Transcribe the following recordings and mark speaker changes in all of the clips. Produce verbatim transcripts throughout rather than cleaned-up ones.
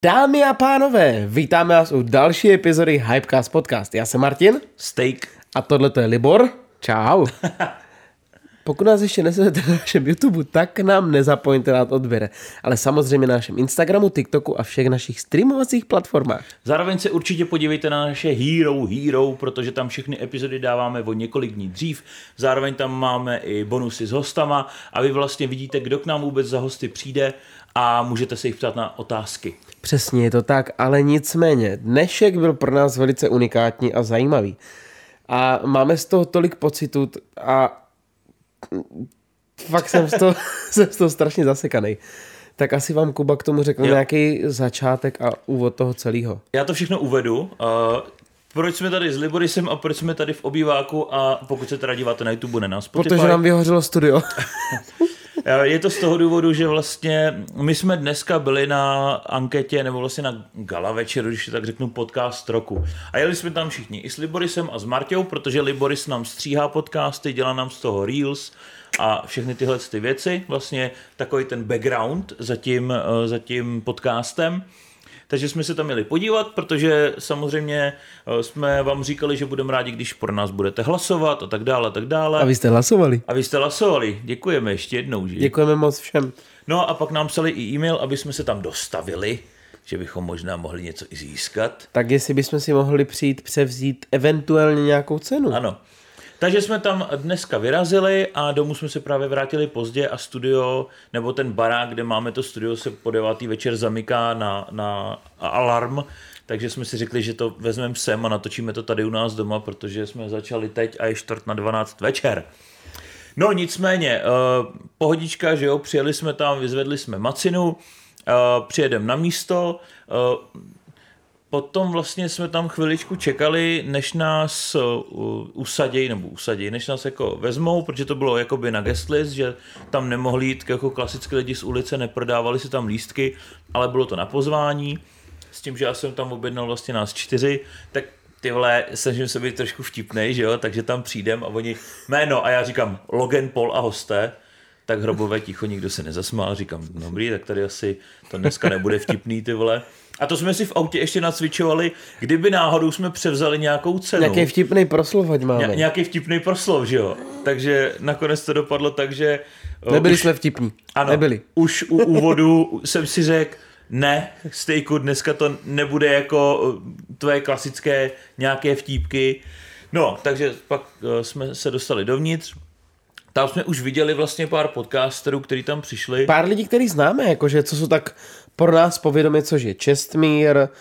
Speaker 1: Dámy a pánové, vítáme vás u další epizody Hypecast Podcast. Já jsem Martin.
Speaker 2: Steak.
Speaker 1: A tohle je Libor. Čau. Pokud nás ještě nesledujete na našem YouTube, tak nám nezapomeňte dát odběr. Ale samozřejmě na našem Instagramu, TikToku a všech našich streamovacích platformách.
Speaker 2: Zároveň se určitě podívejte na naše Hero Hero, protože tam všechny epizody dáváme o několik dní dřív. Zároveň tam máme i bonusy s hostama a vy vlastně vidíte, kdo k nám vůbec za hosty přijde a můžete se jich ptát na otázky.
Speaker 1: Přesně je to tak, ale nicméně dnešek byl pro nás velice unikátní a zajímavý. A máme z toho tolik pocitů a fakt jsem z toho, jsem z toho strašně zasekanej. Tak asi vám Kuba k tomu řekne nějaký začátek a úvod toho celého.
Speaker 2: Já to všechno uvedu. Uh, proč jsme tady s Liborisem a proč jsme tady v obýváku a pokud se teda díváte na YouTube, ne na Spotify.
Speaker 1: Protože nám vyhořelo studio.
Speaker 2: Je to z toho důvodu, že vlastně my jsme dneska byli na anketě, nebo vlastně na gala večeru, když tak řeknu, podcast roku. A jeli jsme tam všichni, i s Liborisem a s Marťou, protože Liboris nám stříhá podcasty, dělá nám z toho reels a všechny tyhle ty věci, vlastně takový ten background za tím, za tím podcastem. Takže jsme se tam měli podívat, protože samozřejmě jsme vám říkali, že budeme rádi, když pro nás budete hlasovat a tak dále, a tak dále.
Speaker 1: A vy jste hlasovali.
Speaker 2: A vy jste hlasovali. Děkujeme ještě jednou. Že?
Speaker 1: Děkujeme moc všem.
Speaker 2: No a pak nám psali i e-mail, aby jsme se tam dostavili, že bychom možná mohli něco i získat.
Speaker 1: Tak jestli bychom si mohli přijít převzít eventuálně nějakou cenu.
Speaker 2: Ano. Takže jsme tam dneska vyrazili a domů jsme se právě vrátili pozdě a studio, nebo ten barák, kde máme to studio, se po devátý večer zamyká na, na alarm, takže jsme si řekli, že to vezmeme sem a natočíme to tady u nás doma, protože jsme začali teď a je čtvrt na dvanáct večer. No nicméně, pohodička, že jo, přijeli jsme tam, vyzvedli jsme macinu, přijedeme na místo. Potom vlastně jsme tam chviličku čekali, než nás usadějí, nebo usadějí, než nás jako vezmou, protože to bylo jakoby na guest list, že tam nemohli jít jako klasické lidi z ulice, neprodávali si tam lístky, ale bylo to na pozvání, s tím, že já jsem tam objednal vlastně nás čtyři, tak ty vole, snažím se být trošku vtipnej, že jo, takže tam přijdem a oni jméno a já říkám Logan Paul a hosté, tak hrobové ticho, nikdo se nezasmál, říkám, dobrý, tak tady asi to dneska nebude vtipný, ty vole. A to jsme si v autě ještě nacvičovali, kdyby náhodou jsme převzali nějakou cenu.
Speaker 1: Nějaký vtipný proslov, ať máme.
Speaker 2: Ně, nějaký vtipný proslov, že jo. Takže nakonec to dopadlo tak, že...
Speaker 1: Nebyli
Speaker 2: už,
Speaker 1: jsme vtipní.
Speaker 2: Ano,
Speaker 1: Nebyli.
Speaker 2: Už u úvodu jsem si řekl, ne, Stejku, dneska to nebude jako tvoje klasické nějaké vtípky. No, takže pak jsme se dostali dovnitř. Tam jsme už viděli vlastně pár podcasterů, kteří tam přišli.
Speaker 1: Pár lidí, který známe, jakože co jsou tak pro nás povědomí, což je Čestmír, uh,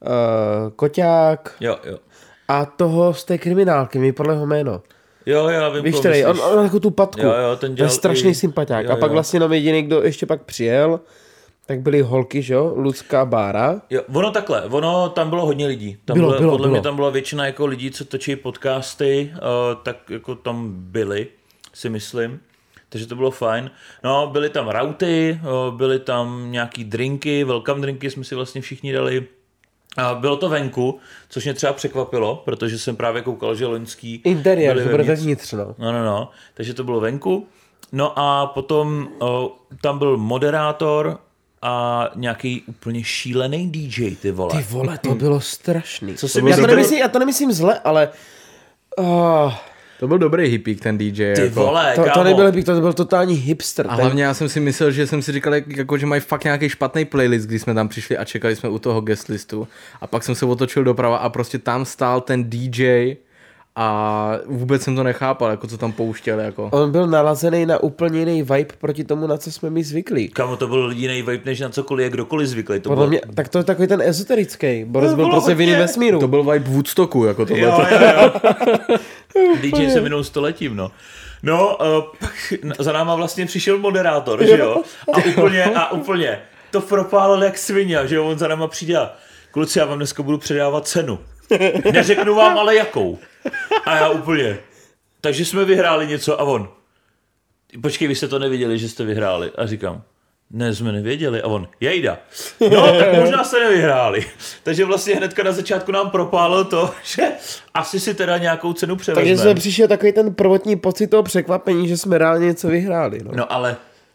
Speaker 1: Koťák
Speaker 2: jo, jo.
Speaker 1: a toho z té kriminálky, mi podle jeho jméno.
Speaker 2: Jo, já vím,
Speaker 1: víš, který, on, on má takovou tu patku.
Speaker 2: Jo, jo, ten dělal
Speaker 1: je strašný
Speaker 2: i...
Speaker 1: sympatiák.
Speaker 2: Jo,
Speaker 1: a pak
Speaker 2: jo.
Speaker 1: vlastně jenom jediný, kdo ještě pak přijel, tak byly holky, že jo, Lucka, Bára.
Speaker 2: Jo, ono takhle, ono tam bylo hodně lidí. Tam
Speaker 1: bylo,
Speaker 2: bylo,
Speaker 1: bylo,
Speaker 2: podle
Speaker 1: bylo.
Speaker 2: mě tam byla většina jako lidí, co točí podcasty, uh, tak jako tam byli, si myslím. Takže to bylo fajn. No, byly tam rauty, uh, byly tam nějaký drinky, welcome drinky jsme si vlastně všichni dali. A bylo to venku, což mě třeba překvapilo, protože jsem právě koukal, že loňský...
Speaker 1: Interiér, že bude vevnitř, no.
Speaker 2: No, no, no. Takže to bylo venku. No a potom uh, tam byl moderátor a nějaký úplně šílený dý džej, ty vole.
Speaker 1: Ty vole, to bylo strašný.
Speaker 2: Co si
Speaker 1: já,
Speaker 2: myslíš,
Speaker 1: to
Speaker 2: to-
Speaker 1: nemyslím, já to nemyslím zle, ale... Uh,
Speaker 3: To byl dobrý hippík, ten dý džej.
Speaker 2: Ty
Speaker 3: jako.
Speaker 2: vole,
Speaker 1: to, to
Speaker 2: kámo.
Speaker 1: nebyl hipík, to byl totální hipster.
Speaker 3: A
Speaker 1: ten-
Speaker 3: hlavně já jsem si myslel, že jsem si říkal, jak- jako, že mají fakt nějaký špatný playlist, když jsme tam přišli a čekali jsme u toho guest listu. A pak jsem se otočil doprava a prostě tam stál ten dý džej a vůbec jsem to nechápal, jako co tam pouštěl. Jako.
Speaker 1: On byl nalazený na úplně jiný vibe proti tomu, na co jsme my zvyklí.
Speaker 2: Kámo, to byl jiný vibe, než na cokoliv, jak kdokoliv zvyklý. To
Speaker 1: Podle
Speaker 2: bylo...
Speaker 1: mě, tak to je takový ten ezoterický. Boris
Speaker 2: To
Speaker 1: byl
Speaker 2: bylo
Speaker 1: prostě v jiném
Speaker 2: hodně.
Speaker 1: vesmíru.
Speaker 3: To byl vibe Woodstocku, jako tohle.
Speaker 2: Jo, jo, jo. dý džej se minou stoletím, no. No, uh, pak za náma vlastně přišel moderátor, že jo? A úplně, a úplně to propálil jak svině, že jo? On za náma přijde a kluci, já vám dneska budu předávat cenu. Neřeknu vám ale jakou. A já úplně. Takže jsme vyhráli něco a on. Počkej, vy jste to neviděli, že jste vyhráli. A říkám, ne, jsme nevěděli. A on, jejda. No, tak možná jste nevyhráli. Takže vlastně hnedka na začátku nám propálil to, že asi si teda nějakou cenu převezmeme.
Speaker 1: Takže jsme přišel takový ten prvotní pocit toho překvapení, že jsme reálně něco vyhráli. No.
Speaker 2: No ale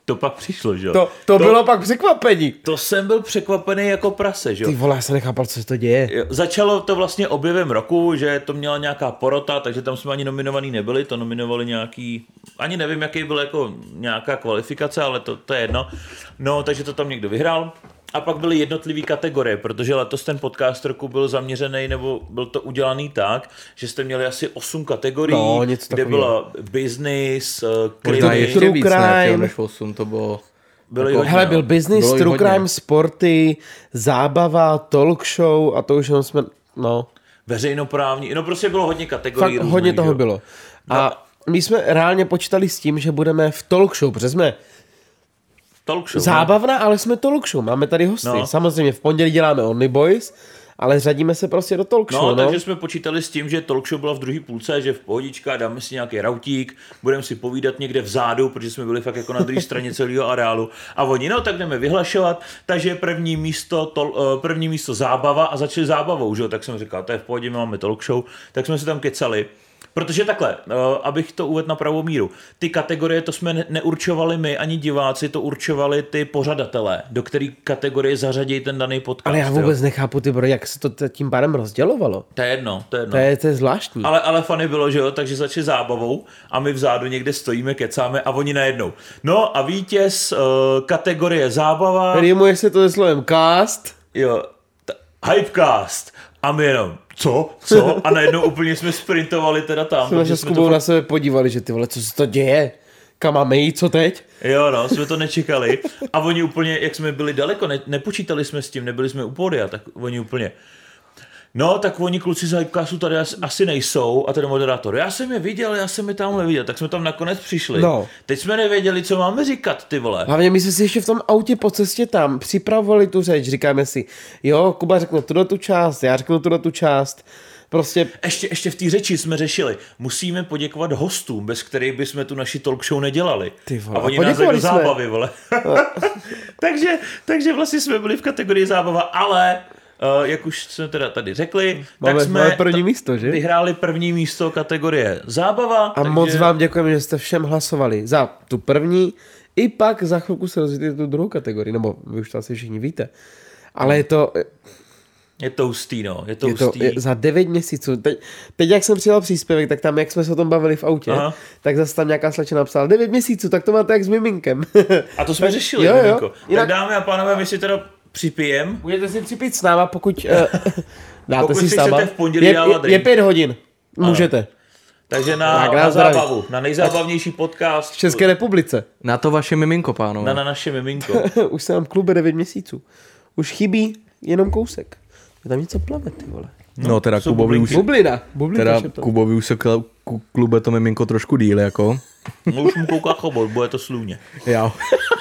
Speaker 2: To pak přišlo, že jo?
Speaker 1: To, to, to bylo pak překvapení.
Speaker 2: To jsem byl překvapený jako prase, že jo?
Speaker 1: Ty vole, já jsem nechápal, co se to děje.
Speaker 2: Jo, začalo to vlastně objevem roku, že to měla nějaká porota, takže tam jsme ani nominovaný nebyli, to nominovali nějaký, ani nevím, jaký byl jako nějaká kvalifikace, ale to, to je jedno. No, takže to tam někdo vyhrál. A pak byly jednotlivé kategorie, protože letos ten podcast roku byl zaměřený, nebo byl to udělaný tak, že jste měli asi osm kategorií,
Speaker 1: no,
Speaker 2: kde byla business,
Speaker 3: možná
Speaker 2: krimi,
Speaker 3: ještě víc, ne, než osm, to bylo...
Speaker 2: Byly
Speaker 1: jako,
Speaker 2: hodně,
Speaker 1: hele, byl business,
Speaker 3: bylo
Speaker 1: true
Speaker 3: hodně.
Speaker 1: crime, sporty, zábava, talk show a to už jenom jsme, no.
Speaker 2: Veřejnoprávní, no prostě bylo hodně kategorií.
Speaker 1: Fakt
Speaker 2: různých,
Speaker 1: hodně toho
Speaker 2: jo.
Speaker 1: bylo. A my jsme reálně počítali s tím, že budeme v talk show, protože jsme
Speaker 2: Talk show,
Speaker 1: zábavná, ale jsme talk show, máme tady hosty.
Speaker 2: No.
Speaker 1: Samozřejmě v pondělí děláme Only Boys, ale řadíme se prostě do talk show.
Speaker 2: No,
Speaker 1: No,
Speaker 2: takže jsme počítali s tím, že talk show byla v druhé půlce, že v pohodička, dáme si nějaký rautík, budeme si povídat někde vzadu, protože jsme byli fakt jako na druhé straně celého areálu. A oni, no tak jdeme vyhlašovat, takže první místo, tol, první místo zábava a začali zábavou, že jo? Tak jsem říkal, to je v pohodě, my máme talk show, tak jsme se tam kecali. Protože takhle, abych to uvedl na pravou míru, ty kategorie to jsme neurčovali my, ani diváci, to určovali ty pořadatelé, do který kategorie zařadí ten daný podcast.
Speaker 1: ale já vůbec jo? nechápu, ty bro, jak se to tím pádem rozdělovalo.
Speaker 2: To je jedno, to je jedno.
Speaker 1: To je, to je zvláštní.
Speaker 2: Ale, ale funny bylo, že jo, takže začali zábavou a my vzadu někde stojíme, kecáme a oni najednou. No a vítěz uh, kategorie zábava.
Speaker 1: Rýmuje se to se slovem cast.
Speaker 2: Jo, t- hypecast. A my jenom, co, co? A najednou úplně jsme sprintovali teda tam.
Speaker 1: Jsme se s Kubou fakt... na sebe podívali, že ty vole, co se to děje? Kam máme jít, co teď?
Speaker 2: Jo, no, jsme to nečekali. A oni úplně, jak jsme byli daleko, ne, nepočítali jsme s tím, nebyli jsme u pódia, tak oni úplně... No, tak oni kluci z Hypecastu tady asi nejsou a ten moderátor, já jsem je viděl, já jsem je tamhle viděl, tak jsme tam nakonec přišli.
Speaker 1: No.
Speaker 2: Teď jsme nevěděli, co máme říkat, ty vole.
Speaker 1: Hlavně my jsme si ještě v tom autě po cestě tam připravovali tu řeč, říkáme si, jo, Kuba řekne tuto tu část, já řeknu tuto tu část, prostě...
Speaker 2: Ještě, ještě v té řeči jsme řešili, musíme poděkovat hostům, bez kterých bychom tu naši talk show nedělali.
Speaker 1: Ty vole,
Speaker 2: a oni nás do zábavy, vole. takže, takže vlastně jsme byli v kategorii zábava, ale... Uh, jak už jsme teda tady řekli,
Speaker 1: máme,
Speaker 2: tak jsme
Speaker 1: máme první místo, že?
Speaker 2: vyhráli první místo kategorie zábava.
Speaker 1: A
Speaker 2: takže...
Speaker 1: moc vám děkujeme, že jste všem hlasovali za tu první, i pak za chvilku se rozvíjíte tu druhou kategorii, nebo vy už to asi všichni víte. Ale je to...
Speaker 2: Je to hustý, no. Je to
Speaker 1: je
Speaker 2: hustý.
Speaker 1: To, je, za devět měsíců. Teď, teď, jak jsem přijel příspěvek, tak tam, jak jsme se o tom bavili v autě, Aha. tak zase tam nějaká slečna napsala, devět měsíců, tak to máte jak s miminkem.
Speaker 2: A to jsme tak, řešili,
Speaker 1: jo,
Speaker 2: miminko.
Speaker 1: Jo. Jinak...
Speaker 2: Tak dámy a pánové, my si teda připijem.
Speaker 1: Můžete si připít s náma, pokud uh, dáte
Speaker 2: pokud
Speaker 1: si s náma.
Speaker 2: v pondělí
Speaker 1: je,
Speaker 2: dávat
Speaker 1: je, je pět hodin. Můžete.
Speaker 2: Ano. Takže na,
Speaker 1: tak,
Speaker 2: na zábavu, na nejzábavnější podcast
Speaker 1: v České republice.
Speaker 3: Na to vaše miminko, pánové.
Speaker 2: Na, na naše miminko.
Speaker 1: Už jsem v klube devět měsíců. Už chybí jenom kousek. Je tam něco plave, ty vole.
Speaker 3: No, no teda Kubovi už...
Speaker 1: Bublina. Bublina
Speaker 3: teda
Speaker 1: šeptal.
Speaker 3: Kubovi už se kl- klube to miminko trošku díl, jako.
Speaker 2: No už mu kouká chobot, bude to slůně.
Speaker 3: Jo.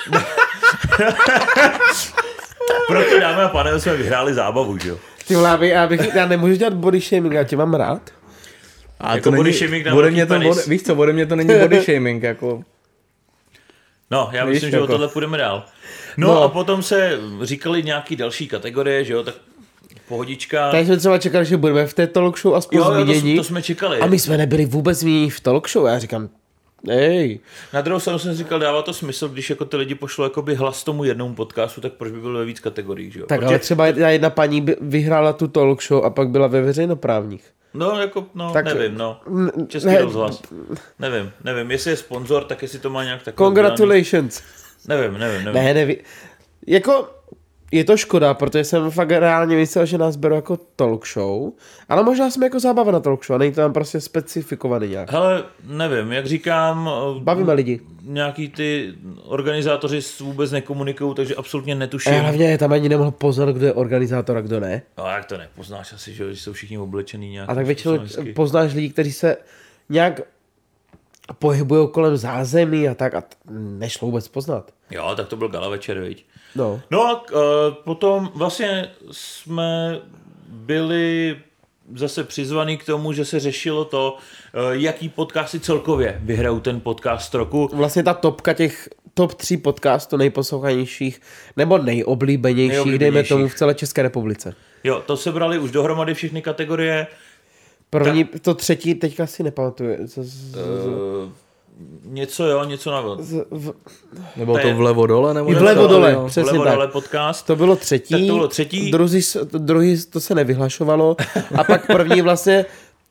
Speaker 2: Proto dáme a pane, jsme vyhráli zábavu, že jo?
Speaker 1: Ty vole, já, bych, já nemůžu dělat body shaming, já tě mám rád.
Speaker 3: A
Speaker 2: jako
Speaker 3: to
Speaker 2: body
Speaker 3: není,
Speaker 2: shaming na
Speaker 3: ode mě to,
Speaker 2: penis.
Speaker 3: ode, víš co, ode mě to není body shaming, jako.
Speaker 2: No, já
Speaker 3: víš,
Speaker 2: myslím, že
Speaker 3: jako.
Speaker 2: o tohle půjdeme dál. No, no a potom se říkali nějaký další kategorie, že jo, tak pohodička.
Speaker 1: Tady jsme třeba čekali, že budeme v té talk show aspoň
Speaker 2: jo, jo,
Speaker 1: zmínění.
Speaker 2: to, to jsme čekali.
Speaker 1: A my jsme nebyli vůbec zmínění v talk show. Já říkám, ej.
Speaker 2: Na druhou stranu jsem říkal, dává to smysl, když jako ty lidi pošlo jakoby hlas tomu jednomu podcastu, tak proč by bylo ve víc kategorií, že jo?
Speaker 1: Tak
Speaker 2: Protože...
Speaker 1: ale třeba jedna paní by vyhrála tu talk show a pak byla ve veřejnoprávních.
Speaker 2: No, jako, no,
Speaker 1: tak,
Speaker 2: nevím, no. Český
Speaker 1: ne,
Speaker 2: rozhlas. Nevím, nevím, jestli je sponzor, tak jestli to má nějak tak...
Speaker 1: Congratulations.
Speaker 2: Nevím, nevím, nevím.
Speaker 1: Ne, nevím. Jako, je to škoda, protože jsem fakt reálně myslel, že nás berou jako talk show, ale možná jsme jako zábava na talk show a není to tam prostě specifikovaný nějak.
Speaker 2: Hele, nevím, jak říkám...
Speaker 1: Bavíme lidi.
Speaker 2: Nějaký ty organizátoři vůbec nekomunikují, takže absolutně netuším.
Speaker 1: A hlavně tam ani nemohl poznat, kdo je organizátor a kdo ne.
Speaker 2: No jak to nepoznáš asi, že jsou všichni oblečený nějak.
Speaker 1: A tak většinou poznáš lidi, kteří se nějak pohybují kolem zázemí a tak a t- nešlo vůbec poznat.
Speaker 2: Jo, tak to byl gala večer, viď.
Speaker 1: No.
Speaker 2: No a uh, potom vlastně jsme byli zase přizvaný k tomu, že se řešilo to, uh, jaký podcasty celkově vyhrajou ten podcast roku.
Speaker 1: Vlastně ta topka těch top tří podcastů nejposlouchanějších nebo nejoblíbenějších,
Speaker 2: nejoblíbenějších,
Speaker 1: dejme tomu v celé České republice.
Speaker 2: Jo, to se brali už dohromady všechny kategorie.
Speaker 1: První, Ta... to třetí, teďka si nepamatuju. Z, z, z...
Speaker 2: Uh, něco jo, něco na
Speaker 1: v...
Speaker 3: Nebo
Speaker 2: to
Speaker 3: to
Speaker 2: je...
Speaker 3: vlevo dole? Nebo
Speaker 1: vlevo dole, přesně
Speaker 2: vlevo
Speaker 1: tak.
Speaker 2: dole podcast.
Speaker 1: To bylo třetí,
Speaker 2: tak to bylo třetí.
Speaker 1: Druhý, druhý to se nevyhlašovalo a pak první vlastně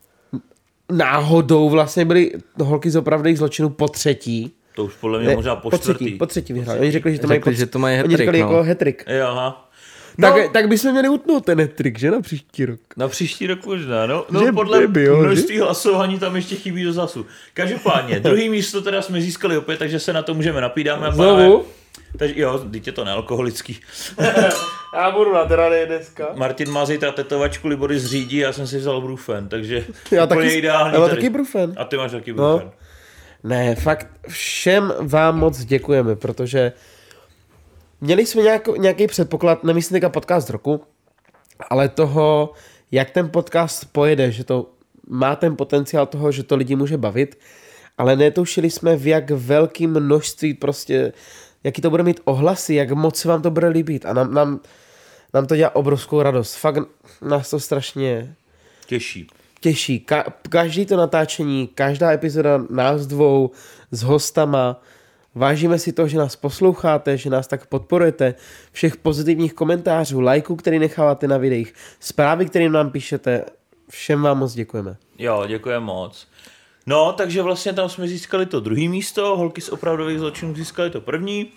Speaker 1: náhodou vlastně byly holky z opravdových zločinů po třetí.
Speaker 2: To už podle mě ne, možná po,
Speaker 1: po
Speaker 2: čtvrtý.
Speaker 1: třetí. Po třetí vyhráli. Oni řekli, že to
Speaker 3: řekli,
Speaker 1: mají,
Speaker 3: že to mají
Speaker 1: oni řekli
Speaker 3: no.
Speaker 1: jako hat-trick.
Speaker 2: Jo, aha.
Speaker 1: Tak,
Speaker 2: No,
Speaker 1: tak bychom měli utnout ten hat-trick, že na příští rok?
Speaker 2: na příští rok možná, no. No
Speaker 1: Že
Speaker 2: podle
Speaker 1: by byl,
Speaker 2: množství hlasování tam ještě chybí do zasu. Každopádně, druhý místo teda jsme získali opět, takže se na to můžeme napídáme.
Speaker 1: Znovu?
Speaker 2: Takže jo, dítě to nealkoholický.
Speaker 1: Já budu na teda dneska.
Speaker 2: Martin má zítra tetovačku, Libory zřídí, já jsem si vzal brufen, takže
Speaker 1: Já
Speaker 2: úplně
Speaker 1: taky,
Speaker 2: ideální
Speaker 1: já mám
Speaker 2: tady.
Speaker 1: taky brufen.
Speaker 2: A ty máš taky
Speaker 1: No.
Speaker 2: brufen.
Speaker 1: Ne, fakt všem vám moc děkujeme, protože měli jsme nějak, nějaký předpoklad, nemyslím teďka podcast roku, ale toho, jak ten podcast pojede, že to má ten potenciál toho, že to lidi může bavit, ale netušili jsme, v jak velkým množství prostě, jaký to bude mít ohlasy, jak moc se vám to bude líbit a nám, nám, nám to dělá obrovskou radost. Fakt nás to strašně
Speaker 2: Těžší.
Speaker 1: těší. Ka- každý to natáčení, každá epizoda nás dvou s hostama, vážíme si to, že nás posloucháte, že nás tak podporujete, všech pozitivních komentářů, lajků, který necháváte na videích, zprávy, které nám píšete, všem vám moc děkujeme.
Speaker 2: Jo, děkujem moc. No, takže vlastně tam jsme získali to druhý místo, holky z opravdových zločinů získali to první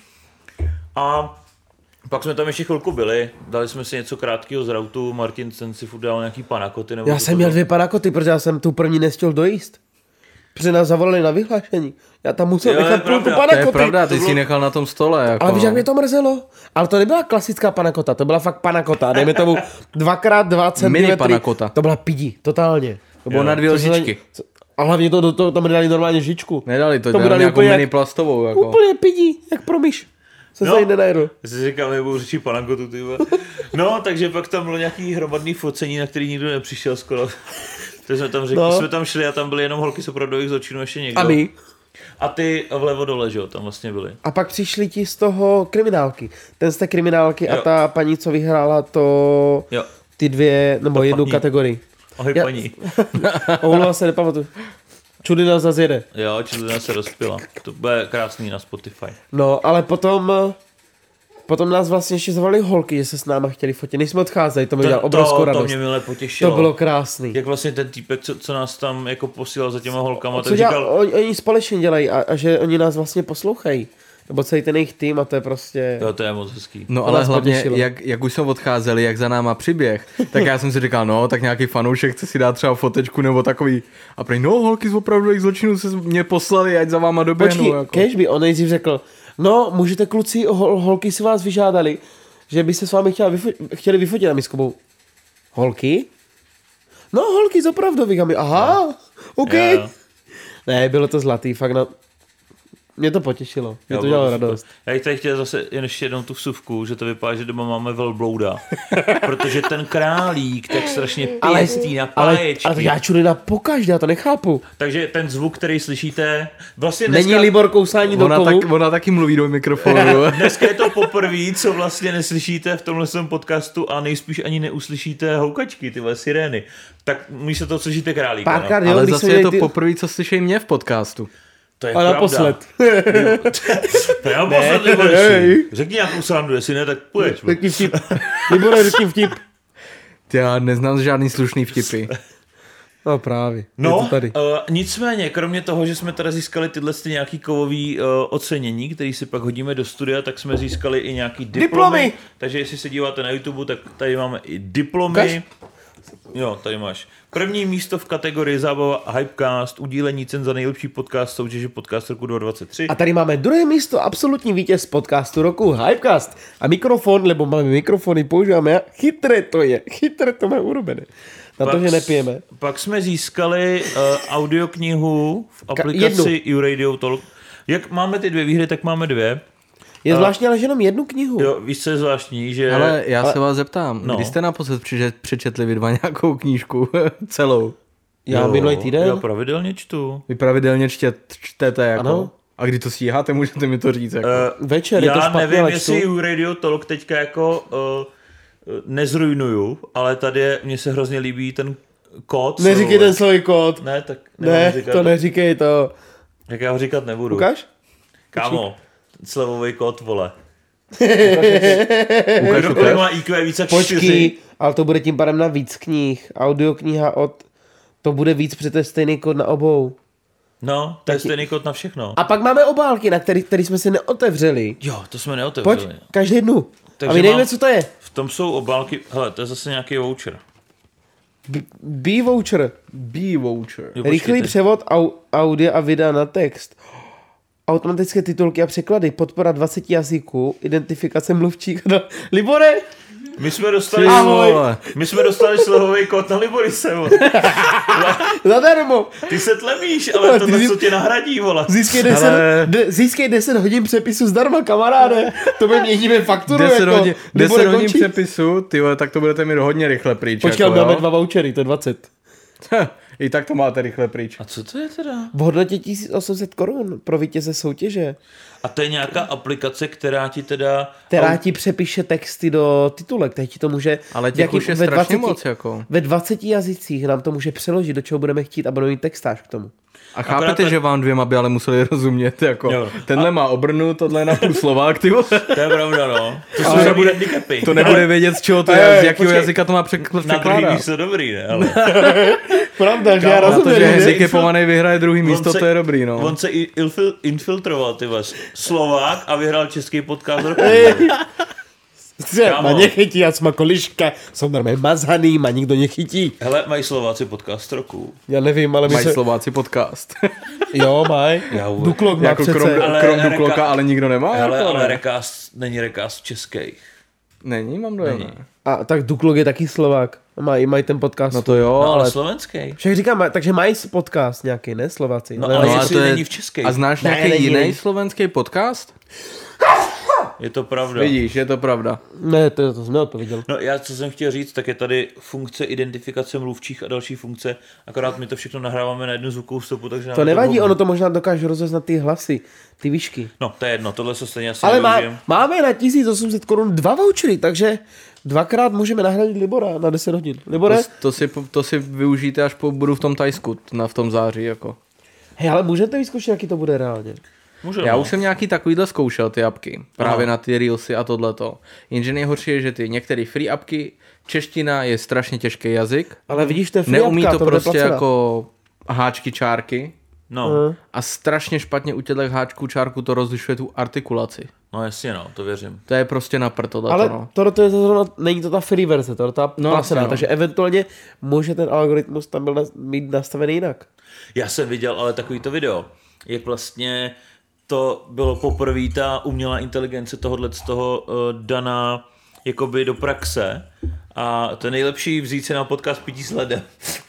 Speaker 2: a pak jsme tam ještě chvilku byli, dali jsme si něco krátkého z rautu, Martin ten si furt dal nějaký panakoty. Nebo
Speaker 1: Já jsem měl dvě panakoty, protože já jsem tu první nestihl dojíst. Protože nás zavolali na vyhlášení. Já tam musel
Speaker 2: Jo,
Speaker 1: nechat
Speaker 2: to je
Speaker 1: půlku
Speaker 2: pravda.
Speaker 3: To je
Speaker 1: panakoty.
Speaker 3: pravda, ty
Speaker 2: To
Speaker 3: jsi
Speaker 2: bylo-
Speaker 3: nechal na tom stole. Jako.
Speaker 1: Ale víš, jak mě to mrzelo? Ale to nebyla klasická panakota, to byla fakt panakota. Dejme tomu dvakrát dva centimetry.
Speaker 3: Mini panakota.
Speaker 1: To byla pidi, totálně.
Speaker 3: To bylo
Speaker 2: Jo.
Speaker 3: na dvě
Speaker 1: Co se
Speaker 3: lžičky.
Speaker 1: za- co- A hlavně to, to, to tam dali normálně žičku.
Speaker 3: Nedali to,
Speaker 1: To mu
Speaker 3: dali
Speaker 1: dali
Speaker 3: nějakou
Speaker 1: úplně
Speaker 3: mini
Speaker 1: jak-
Speaker 3: plastovou. Jako.
Speaker 1: Úplně pidi, jak pro myš. Se
Speaker 2: No.
Speaker 1: no. zajde najedl.
Speaker 2: Já si říkám, nebo řečí panakotu, ty vole. No, takže pak tam bylo nějaký hromadný focení, na který nikdo nepřišel skoro. Takže jsme tam, řekli,
Speaker 1: No.
Speaker 2: jsme tam šli a tam byly jenom holky z opravdových zločinů, ještě někdo.
Speaker 1: A my.
Speaker 2: A ty vlevo dole, že jo, tam vlastně byly.
Speaker 1: A pak přišli ti z toho kriminálky. Ten z té kriminálky
Speaker 2: Jo.
Speaker 1: a ta paní, co vyhrála to
Speaker 2: Jo.
Speaker 1: ty dvě, nebo jednu
Speaker 2: paní.
Speaker 1: kategorii.
Speaker 2: Ahoj
Speaker 1: Já-
Speaker 2: paní.
Speaker 1: Omlouvám se, nepamatuju. Čudina zase jede.
Speaker 2: Jo, čudina se rozpila. To bude krásný na Spotify.
Speaker 1: No, ale potom, potom nás vlastně ještě zavolali holky, že se s náma chtěli fotit. Než jsme odcházeli, to mi dělalo
Speaker 2: To,
Speaker 1: obrovskou
Speaker 2: to, to
Speaker 1: radost.
Speaker 2: mě milé potěšilo.
Speaker 1: To bylo krásný.
Speaker 2: Jak vlastně ten týpek, co, co nás tam jako posílal za těma holkama,
Speaker 1: Co
Speaker 2: tak
Speaker 1: dělá,
Speaker 2: říkal,
Speaker 1: oni, oni společně dělají a, a že oni nás vlastně poslouchají. Nebo celý ten jejich tým a to je prostě...
Speaker 2: jo, to je moc hezký.
Speaker 3: No
Speaker 1: To
Speaker 3: ale
Speaker 1: nás
Speaker 3: hlavně,
Speaker 1: potěšilo.
Speaker 3: jak, jak už jsme odcházeli, jak za náma přiběh, tak já jsem si říkal, no, tak nějaký fanoušek chce si dát třeba fotečku nebo takový. A prý, no, holky z opravdových zločinů se mě poslali, ať za váma doběhnu.
Speaker 1: Počkej,
Speaker 3: Jako.
Speaker 1: Cash by on nejdřív řekl, no, můžete kluci, hol, holky si vás vyžádali, že by se s vámi chtěla vyfo- chtěli vyfotit a my s Kubou. Holky? No, holky z opravdových a my, aha, OK.
Speaker 2: Jo.
Speaker 1: Ne, bylo to zlatý, fakt na... Mě to potěšilo, mě
Speaker 2: Jo,
Speaker 1: to
Speaker 2: bylo
Speaker 1: dělalo
Speaker 2: super.
Speaker 1: radost.
Speaker 2: Já bych tady chtěl zase jen ještě jednou tu vsuvku, že to vypadá, že doma máme velblouda. Protože ten králík tak strašně pěstí na
Speaker 1: ale,
Speaker 2: páječky.
Speaker 1: ale to já čurina pokaždé, já to nechápu.
Speaker 2: Takže ten zvuk, který slyšíte, vlastně dneska,
Speaker 1: Není Libor kousání do
Speaker 3: Ona,
Speaker 1: kovu.
Speaker 3: tak, ona taky mluví do mikrofonu.
Speaker 2: dneska je to poprvé, co vlastně neslyšíte v tomhle svém podcastu a nejspíš ani neuslyšíte houkačky, tyhle sirény. Tak místo toho slyšíte králíka. No.
Speaker 1: Párkrát, jo,
Speaker 3: Ale
Speaker 1: když
Speaker 3: zase
Speaker 1: jsme
Speaker 3: je
Speaker 1: měli
Speaker 3: to
Speaker 1: ty...
Speaker 3: poprvé, co slyšej mě v podcastu.
Speaker 2: To je
Speaker 1: A naposled.
Speaker 2: To je naposled, nebo
Speaker 1: hej.
Speaker 2: Řekni nějakou srandu, jestli ne, tak půjdeš.
Speaker 1: Řekni vtip. Libore, řekni vtip.
Speaker 3: Já neznám žádný slušný vtipy.
Speaker 1: No právě, je
Speaker 2: No,
Speaker 1: to tady.
Speaker 2: Uh, nicméně, kromě toho, že jsme teda získali tyhle ty nějaký kovový uh, ocenění, který si pak hodíme do studia, tak jsme získali i nějaký diplomy.
Speaker 1: Diplomy!
Speaker 2: Takže jestli se díváte na YouTube, tak tady máme i diplomy.
Speaker 1: Ukaž.
Speaker 2: Jo, tady máš. První místo v kategorii zábava a Hypecast, udílení cen za nejlepší podcast soutěže podcast roku dva tisíce dvacet tři.
Speaker 1: A tady máme druhé místo, absolutní vítěz podcastu roku Hypecast. A mikrofon, lebo máme mikrofony, používáme. Chytré to je, chytré to máme urobené. Na to,
Speaker 2: Pak
Speaker 1: že
Speaker 2: s-
Speaker 1: nepijeme.
Speaker 2: Pak jsme získali uh, audioknihu v aplikaci YouRadio Talk. Jak máme ty dvě výhry, tak máme dvě.
Speaker 1: Je zvláštně, ale že jenom jednu knihu.
Speaker 2: Jo, víš, co je zvláštní, že...
Speaker 3: Ale já se vás zeptám,
Speaker 2: No.
Speaker 3: kdy jste naposled přiče- přečetli vy dva nějakou knížku celou?
Speaker 1: Já
Speaker 2: Jo,
Speaker 1: minulý týden.
Speaker 2: Já pravidelně čtu.
Speaker 3: Vy pravidelně čtět, čtete jako?
Speaker 1: Ano.
Speaker 3: A kdy to stíháte, můžete mi to říct jako?
Speaker 2: Uh,
Speaker 1: Večer, je to
Speaker 2: já
Speaker 1: špatně,
Speaker 2: nevím,
Speaker 1: ale
Speaker 2: jestli
Speaker 1: čtu.
Speaker 2: Radio Talk teďka jako uh, nezrujnuju, ale tady je, mně se hrozně líbí ten kód.
Speaker 1: Neříkej ten svůj kód.
Speaker 2: Ne, tak nemám
Speaker 1: Ne,
Speaker 2: říkat.
Speaker 1: to neříkej to.
Speaker 2: Jak já ho říkat nebudu.
Speaker 1: Ukáž?
Speaker 2: Kámo, slevový kód, vole.
Speaker 3: Ukaž,
Speaker 2: Kdokoliv má í kvé více jak
Speaker 1: Počkej,
Speaker 2: čtyři.
Speaker 1: ale to bude tím pádem na víc knih. Audiokniha od... To bude víc, protože to je stejný kód na obou.
Speaker 2: No, to je stejný kód na všechno.
Speaker 1: A pak máme obálky, na který, který jsme si neotevřeli.
Speaker 2: Jo, to jsme
Speaker 1: Pojď,
Speaker 2: neotevřeli.
Speaker 1: každý jednu.
Speaker 2: Takže
Speaker 1: A my nevíme,
Speaker 2: mám-
Speaker 1: co to je.
Speaker 2: V tom jsou obálky, hele, to je zase nějaký voucher.
Speaker 1: B-voucher.
Speaker 3: B-voucher.
Speaker 2: Jo,
Speaker 1: Rychlý
Speaker 2: počkejte.
Speaker 1: převod au, audia a videa na text. Automatické titulky a překlady, podpora dvacet jazyků, identifikace mluvčích. No, Libore,
Speaker 2: My jsme dostali,
Speaker 1: Ahoj.
Speaker 2: my jsme dostali slevový kód na Liborise, vole.
Speaker 1: zadarmo.
Speaker 2: Ty se tlemíš, ale
Speaker 1: Ty
Speaker 2: to
Speaker 1: jsi-
Speaker 2: co tě nahradí, vole.
Speaker 1: Získej deset,
Speaker 3: Hele.
Speaker 1: de, získej deset hodin přepisu zdarma, kamaráde. To my měníme fakturu.
Speaker 3: deset
Speaker 1: jako,
Speaker 3: hodin,
Speaker 1: Libore
Speaker 3: deset hodin
Speaker 1: končí.
Speaker 3: přepisu, ty vole, tak to budete mít hodně rychle pryč.
Speaker 1: Počkej,
Speaker 3: jako,
Speaker 1: máme
Speaker 3: jo?
Speaker 1: dva vouchery, to je dvacet.
Speaker 3: I tak to máte rychle pryč.
Speaker 2: A co to je teda?
Speaker 1: V hodnotě tisíc osm set korun pro vítěze soutěže,
Speaker 2: A to je nějaká aplikace, která ti teda...
Speaker 1: která ti přepíše texty do titulek, teď ti to může...
Speaker 3: Ale
Speaker 1: v
Speaker 3: těch
Speaker 1: jaký-
Speaker 3: už je
Speaker 1: ve
Speaker 3: strašně
Speaker 1: dvaceti
Speaker 3: moc, jako.
Speaker 1: Ve dvaceti jazycích nám to může přeložit, do čeho budeme chtít a budeme mít textáž k tomu.
Speaker 3: A chápete,
Speaker 2: Akorát-
Speaker 3: že vám dvěma by ale museli rozumět, jako.
Speaker 2: Jo.
Speaker 3: Tenhle má obrnu, tohle je na půl Slovák, ty vole.
Speaker 2: To je pravda, no. To jsou
Speaker 3: Ale
Speaker 2: dobrý
Speaker 3: nebude-
Speaker 2: handicapy.
Speaker 3: To nebude vědět, z čeho to
Speaker 1: Ej,
Speaker 3: je, z jakého
Speaker 1: počkej.
Speaker 3: jazyka to má přek-
Speaker 2: Na druhý
Speaker 3: překládat.
Speaker 2: místo dobrý, ne? Ale
Speaker 1: Pravda, že
Speaker 2: Kámo,
Speaker 1: já
Speaker 2: na
Speaker 3: Na to,
Speaker 1: rozumím.
Speaker 3: že
Speaker 1: že?
Speaker 3: handicapovaný vyhraje druhý místo,
Speaker 2: on se-
Speaker 3: to je dobrý, no.
Speaker 2: On se i ilfil, infiltroval, ty vás. Slovák a vyhrál český podcast roku.
Speaker 1: Třeba
Speaker 2: Kámo.
Speaker 1: ma nechytí, já jsme koliška, jsou normálně mazaný, ma nikdo nechytí.
Speaker 2: Hele, mají Slováci podcast roku.
Speaker 1: Já nevím, ale my
Speaker 3: Mají
Speaker 1: se...
Speaker 3: Slováci podcast.
Speaker 1: Jo, maj.
Speaker 2: Já vůbec.
Speaker 1: Duklok má
Speaker 3: jako
Speaker 1: přece.
Speaker 3: krom,
Speaker 2: Ale
Speaker 3: krom
Speaker 2: Reka-
Speaker 3: Dukloka, ale nikdo nemá.
Speaker 2: Hele,
Speaker 3: jako,
Speaker 2: ale
Speaker 3: ne?
Speaker 2: recast, není recast českých.
Speaker 3: Není, mám dojem.
Speaker 2: Není.
Speaker 3: ne?
Speaker 1: A tak Duklok je taky Slovák. Mají maj ten podcast.
Speaker 3: No to jo,
Speaker 2: No, ale
Speaker 3: ale...
Speaker 2: slovenský.
Speaker 1: Však říkám, maj- takže mají podcast nějaký, ne? Slováci.
Speaker 2: No,
Speaker 1: Ale
Speaker 2: ale
Speaker 1: ne-
Speaker 2: jestli není v českých.
Speaker 3: A znáš
Speaker 1: Ne,
Speaker 3: nějaký
Speaker 1: není,
Speaker 3: jiný
Speaker 1: není.
Speaker 3: slovenský podcast?
Speaker 2: Je to pravda.
Speaker 3: Vidíš, je to pravda.
Speaker 1: Ne, to, to jsem neodpověděl.
Speaker 2: No já, co jsem chtěl říct, tak je tady funkce identifikace mluvčích a další funkce, akorát my to všechno nahráváme na jednu zvukovou stopu, takže nám
Speaker 1: To
Speaker 2: je
Speaker 1: nevadí,
Speaker 2: hovno.
Speaker 1: ono to možná dokáže rozeznat ty hlasy, ty výšky.
Speaker 2: No, to je jedno, tohle se stejně asi
Speaker 1: Ale má,
Speaker 2: nevyužijem.
Speaker 1: máme na tisíc osm set korun dva vouchery, takže dvakrát můžeme nahradit Libora na deset hodin. Libore?
Speaker 3: To, to, si, to si využijte, až po, budu v tom Tajsku, na, v tom září, jako.
Speaker 1: Hej, ale můžete vyzkoušet, jaký to bude reálně.
Speaker 2: Můžu,
Speaker 3: Já
Speaker 2: no.
Speaker 3: už jsem nějaký takovýhle zkoušel, ty apky. Právě
Speaker 2: Aha.
Speaker 3: na ty reelsy a tohleto. Jenže nejhorší je, že ty některé free apky, čeština je strašně těžký jazyk.
Speaker 1: Ale vidíš, to je free
Speaker 3: Neumí
Speaker 1: apka,
Speaker 3: to
Speaker 1: bude
Speaker 3: prostě
Speaker 1: placená.
Speaker 3: jako háčky, čárky.
Speaker 2: No,
Speaker 1: Mhm.
Speaker 3: A strašně špatně u těchto háčků, čárku to rozlišuje tu artikulaci.
Speaker 2: no jasně no, to věřím.
Speaker 3: To je prostě na prd tohleto,
Speaker 1: Ale
Speaker 3: no.
Speaker 1: tohle to je zrovna, není to ta free verze, to je ta
Speaker 3: No,
Speaker 1: placená,
Speaker 3: asi no.
Speaker 1: takže eventuálně může ten algoritmus tam byl na, mít nastavený jinak.
Speaker 2: Já jsem viděl ale takovýto video, jak vlastně to bylo poprvé ta umělá inteligence tohohle z toho uh, daná jakoby do praxe a to je nejlepší vzít se na podcast pití s ledem.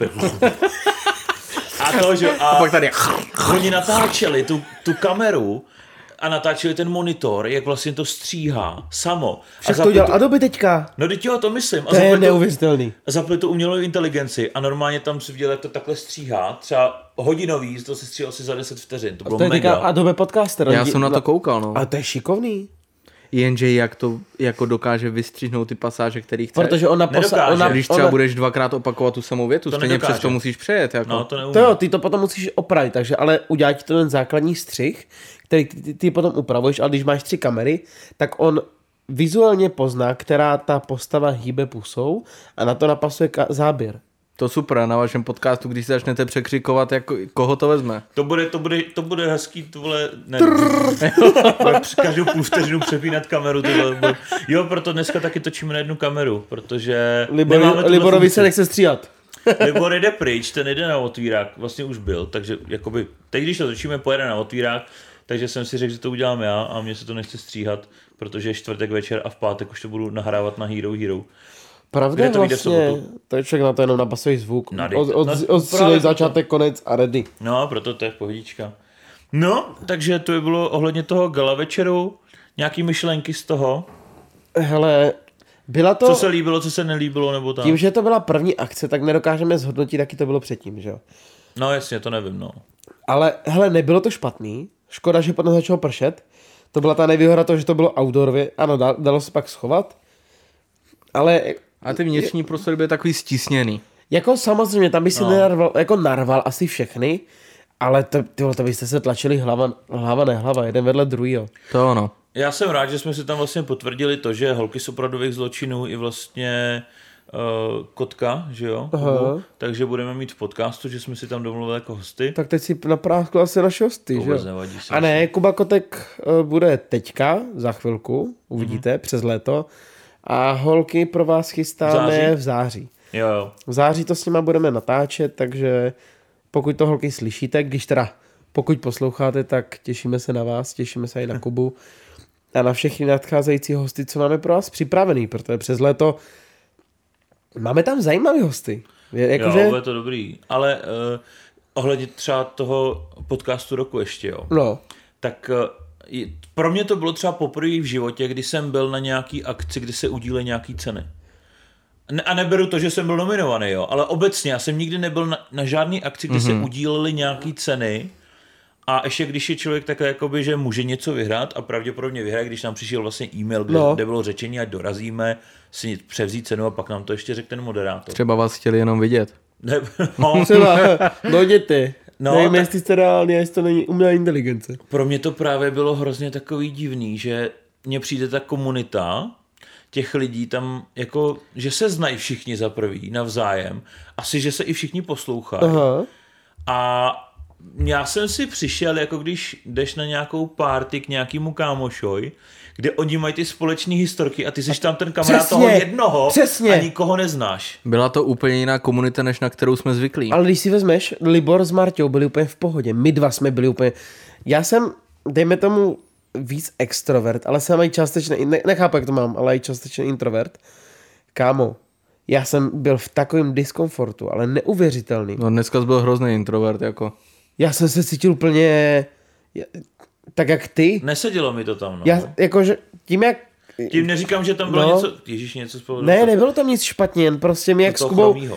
Speaker 2: A to, že a,
Speaker 3: A pak tady...
Speaker 2: oni natáčeli tu, tu kameru a natáčeli ten monitor, jak vlastně to stříhá samo.
Speaker 1: Však
Speaker 2: a
Speaker 1: to
Speaker 2: zapli
Speaker 1: udělal
Speaker 2: tu-
Speaker 1: Adobe teďka.
Speaker 2: No teď jo, to myslím. A
Speaker 1: To je
Speaker 2: zapli tu-
Speaker 1: neuvěřitelný.
Speaker 2: zapli tu umělou inteligenci a normálně tam si viděl, jak to takhle stříhá. Třeba hodinový, to se stříhalo asi za deset vteřin. To bylo
Speaker 1: To je teďka
Speaker 2: mega.
Speaker 1: Adobe Podcaster.
Speaker 3: Já
Speaker 1: Oni-
Speaker 3: jsem na to koukal, no.
Speaker 1: A to je šikovný.
Speaker 3: Jenže jak to jako dokáže vystřihnout ty pasáže, který chceš.
Speaker 1: Protože ona, posa-
Speaker 2: Nedokáže.
Speaker 1: ona,
Speaker 3: Když třeba
Speaker 1: ona
Speaker 3: budeš dvakrát opakovat tu samou větu,
Speaker 2: To
Speaker 3: stejně
Speaker 2: nedokáže.
Speaker 3: přesto musíš přejet. Jako.
Speaker 2: No, to neumím.
Speaker 1: To jo, ty to potom musíš opravit, takže ale udělat ti to ten základní střih, který ty, ty, ty potom upravuješ, ale když máš tři kamery, tak on vizuálně pozná, která ta postava hýbe pusou a na to napasuje ka- záběr.
Speaker 3: To super, na vašem podcastu, když se začnete překřikovat, jako, koho to vezme.
Speaker 2: To bude, to bude, to bude hezký, to vole, ne, bude při každou půl vteřinu přepínat kameru, ty vole, bude. Jo, proto dneska taky točíme na jednu kameru, protože
Speaker 1: Libor,
Speaker 2: nemáme tuhle
Speaker 1: Liborovi
Speaker 2: funkci.
Speaker 1: se nechce stříhat.
Speaker 2: Libor jde pryč, ten jde na otvírák, vlastně už byl, takže jakoby, teď když to točíme, pojede na otvírák, takže jsem si řekl, že to udělám já a mně se to nechce stříhat, protože je čtvrtek večer a v pátek už to budu nahrávat na Hero Hero.
Speaker 1: Pravda
Speaker 2: Kde to vyjde v
Speaker 1: vlastně,
Speaker 2: sobotu?
Speaker 1: to je člověk na to jenom napasuje zvuk.
Speaker 2: No,
Speaker 1: od, od,
Speaker 2: no,
Speaker 1: od,
Speaker 2: právě
Speaker 1: odstřílej
Speaker 2: to-
Speaker 1: začátek, konec a ready.
Speaker 2: No, proto to je v pohodička. No, takže to by bylo ohledně toho gala večeru, nějaký myšlenky z toho,
Speaker 1: Hele, byla to,
Speaker 2: co se líbilo, co se nelíbilo, nebo tam.
Speaker 1: tím, že to byla první akce, tak nedokážeme zhodnotit, jaký to bylo předtím, že jo.
Speaker 2: No jasně, to nevím, no.
Speaker 1: Ale hele, nebylo to špatný. Škoda, že potom začalo pršet. To byla ta nevýhoda toho, že to bylo outdoorově. Ano, dal, dalo se pak schovat. Ale
Speaker 3: A ty vnitřní prostory byly takový stisněný.
Speaker 1: jako samozřejmě, tam by si
Speaker 2: No.
Speaker 1: nenarval, jako narval asi všechny, Ale to, tyhle, to byste se tlačili hlava, hlava ne hlava, jeden vedle druhýho.
Speaker 3: To ono.
Speaker 2: Já jsem rád, že jsme si tam vlastně potvrdili to, že holky z opravdových zločinů i vlastně uh, Kotka, že jo? Kubu, takže budeme mít v podcastu, že jsme si tam domluvili jako hosty.
Speaker 1: Tak teď si napráskl asi naše hosty, že jo?
Speaker 2: Nevadí,
Speaker 1: A ne, Kuba Kotek uh, bude teďka, za chvilku, uvidíte, mm-hmm. přes léto. A holky pro vás chystáme v září. V září.
Speaker 2: Jo, jo.
Speaker 1: V září to s nima budeme natáčet, takže pokud to holky slyšíte, když teda pokud posloucháte, tak těšíme se na vás, těšíme se i na Kubu a na všechny nadcházející hosty, co máme pro vás připravený, protože přes léto máme tam zajímavý hosty. Jako,
Speaker 2: jo,
Speaker 1: že...
Speaker 2: bude to dobrý. Ale uh, ohledně třeba toho podcastu roku ještě, jo.
Speaker 1: No.
Speaker 2: Tak uh, pro mě to bylo třeba poprvé v životě, kdy jsem byl na nějaký akci, kdy se udílely nějaký ceny. Ne, a neberu to, že jsem byl nominovaný, jo, ale obecně já jsem nikdy nebyl na, na žádný akci, kdy mm-hmm. se udílely nějaký ceny a ještě když je člověk takhle, jakoby, že může něco vyhrát a pravděpodobně vyhraje, když nám přišel vlastně e-mail, kde,
Speaker 1: no.
Speaker 2: kde bylo řečení, ať dorazíme si převzít cenu a pak nám to ještě řekl ten moderátor.
Speaker 3: Třeba vás chtěli jenom vidět.
Speaker 2: Ne, no.
Speaker 1: Třeba, dojděte.
Speaker 2: No,
Speaker 1: nevím,
Speaker 2: tak...
Speaker 1: jestli jste reálně, jestli to není umělá inteligence.
Speaker 2: Pro mě to právě bylo hrozně takový divný, že mně přijde ta komunita těch lidí tam, jako, že se znají všichni za prvý navzájem, asi, že se i všichni poslouchají.
Speaker 1: Aha.
Speaker 2: A já jsem si přišel, jako když jdeš na nějakou party k nějakému kámošoj, kde oni mají ty společné historky a ty jsi tam ten kamarád
Speaker 1: Přesně,
Speaker 2: toho jednoho
Speaker 1: přesně.
Speaker 2: a nikoho neznáš.
Speaker 3: Byla to úplně jiná komunita, než na kterou jsme zvyklí.
Speaker 1: Ale když si vezmeš, Libor s Marťou byli úplně v pohodě, my dva jsme byli úplně... Já jsem, dejme tomu, víc extrovert, ale jsem i částečně, ne, nechápu, jak to mám, ale i částečně introvert. Kámo, já jsem byl v takovém diskomfortu, ale neuvěřitelný.
Speaker 3: No dneska jsi byl hrozný introvert, jako.
Speaker 1: Já jsem se cítil úplně tak, jak ty.
Speaker 2: Nesedělo mi to tam, no.
Speaker 1: Já, jakože, tím jak...
Speaker 2: Tím neříkám, že tam bylo
Speaker 1: no,
Speaker 2: něco, ježiš, něco spolu.
Speaker 1: Ne, nebylo tam nic špatně, jen prostě mi jak s Kubou...
Speaker 2: Chromýho.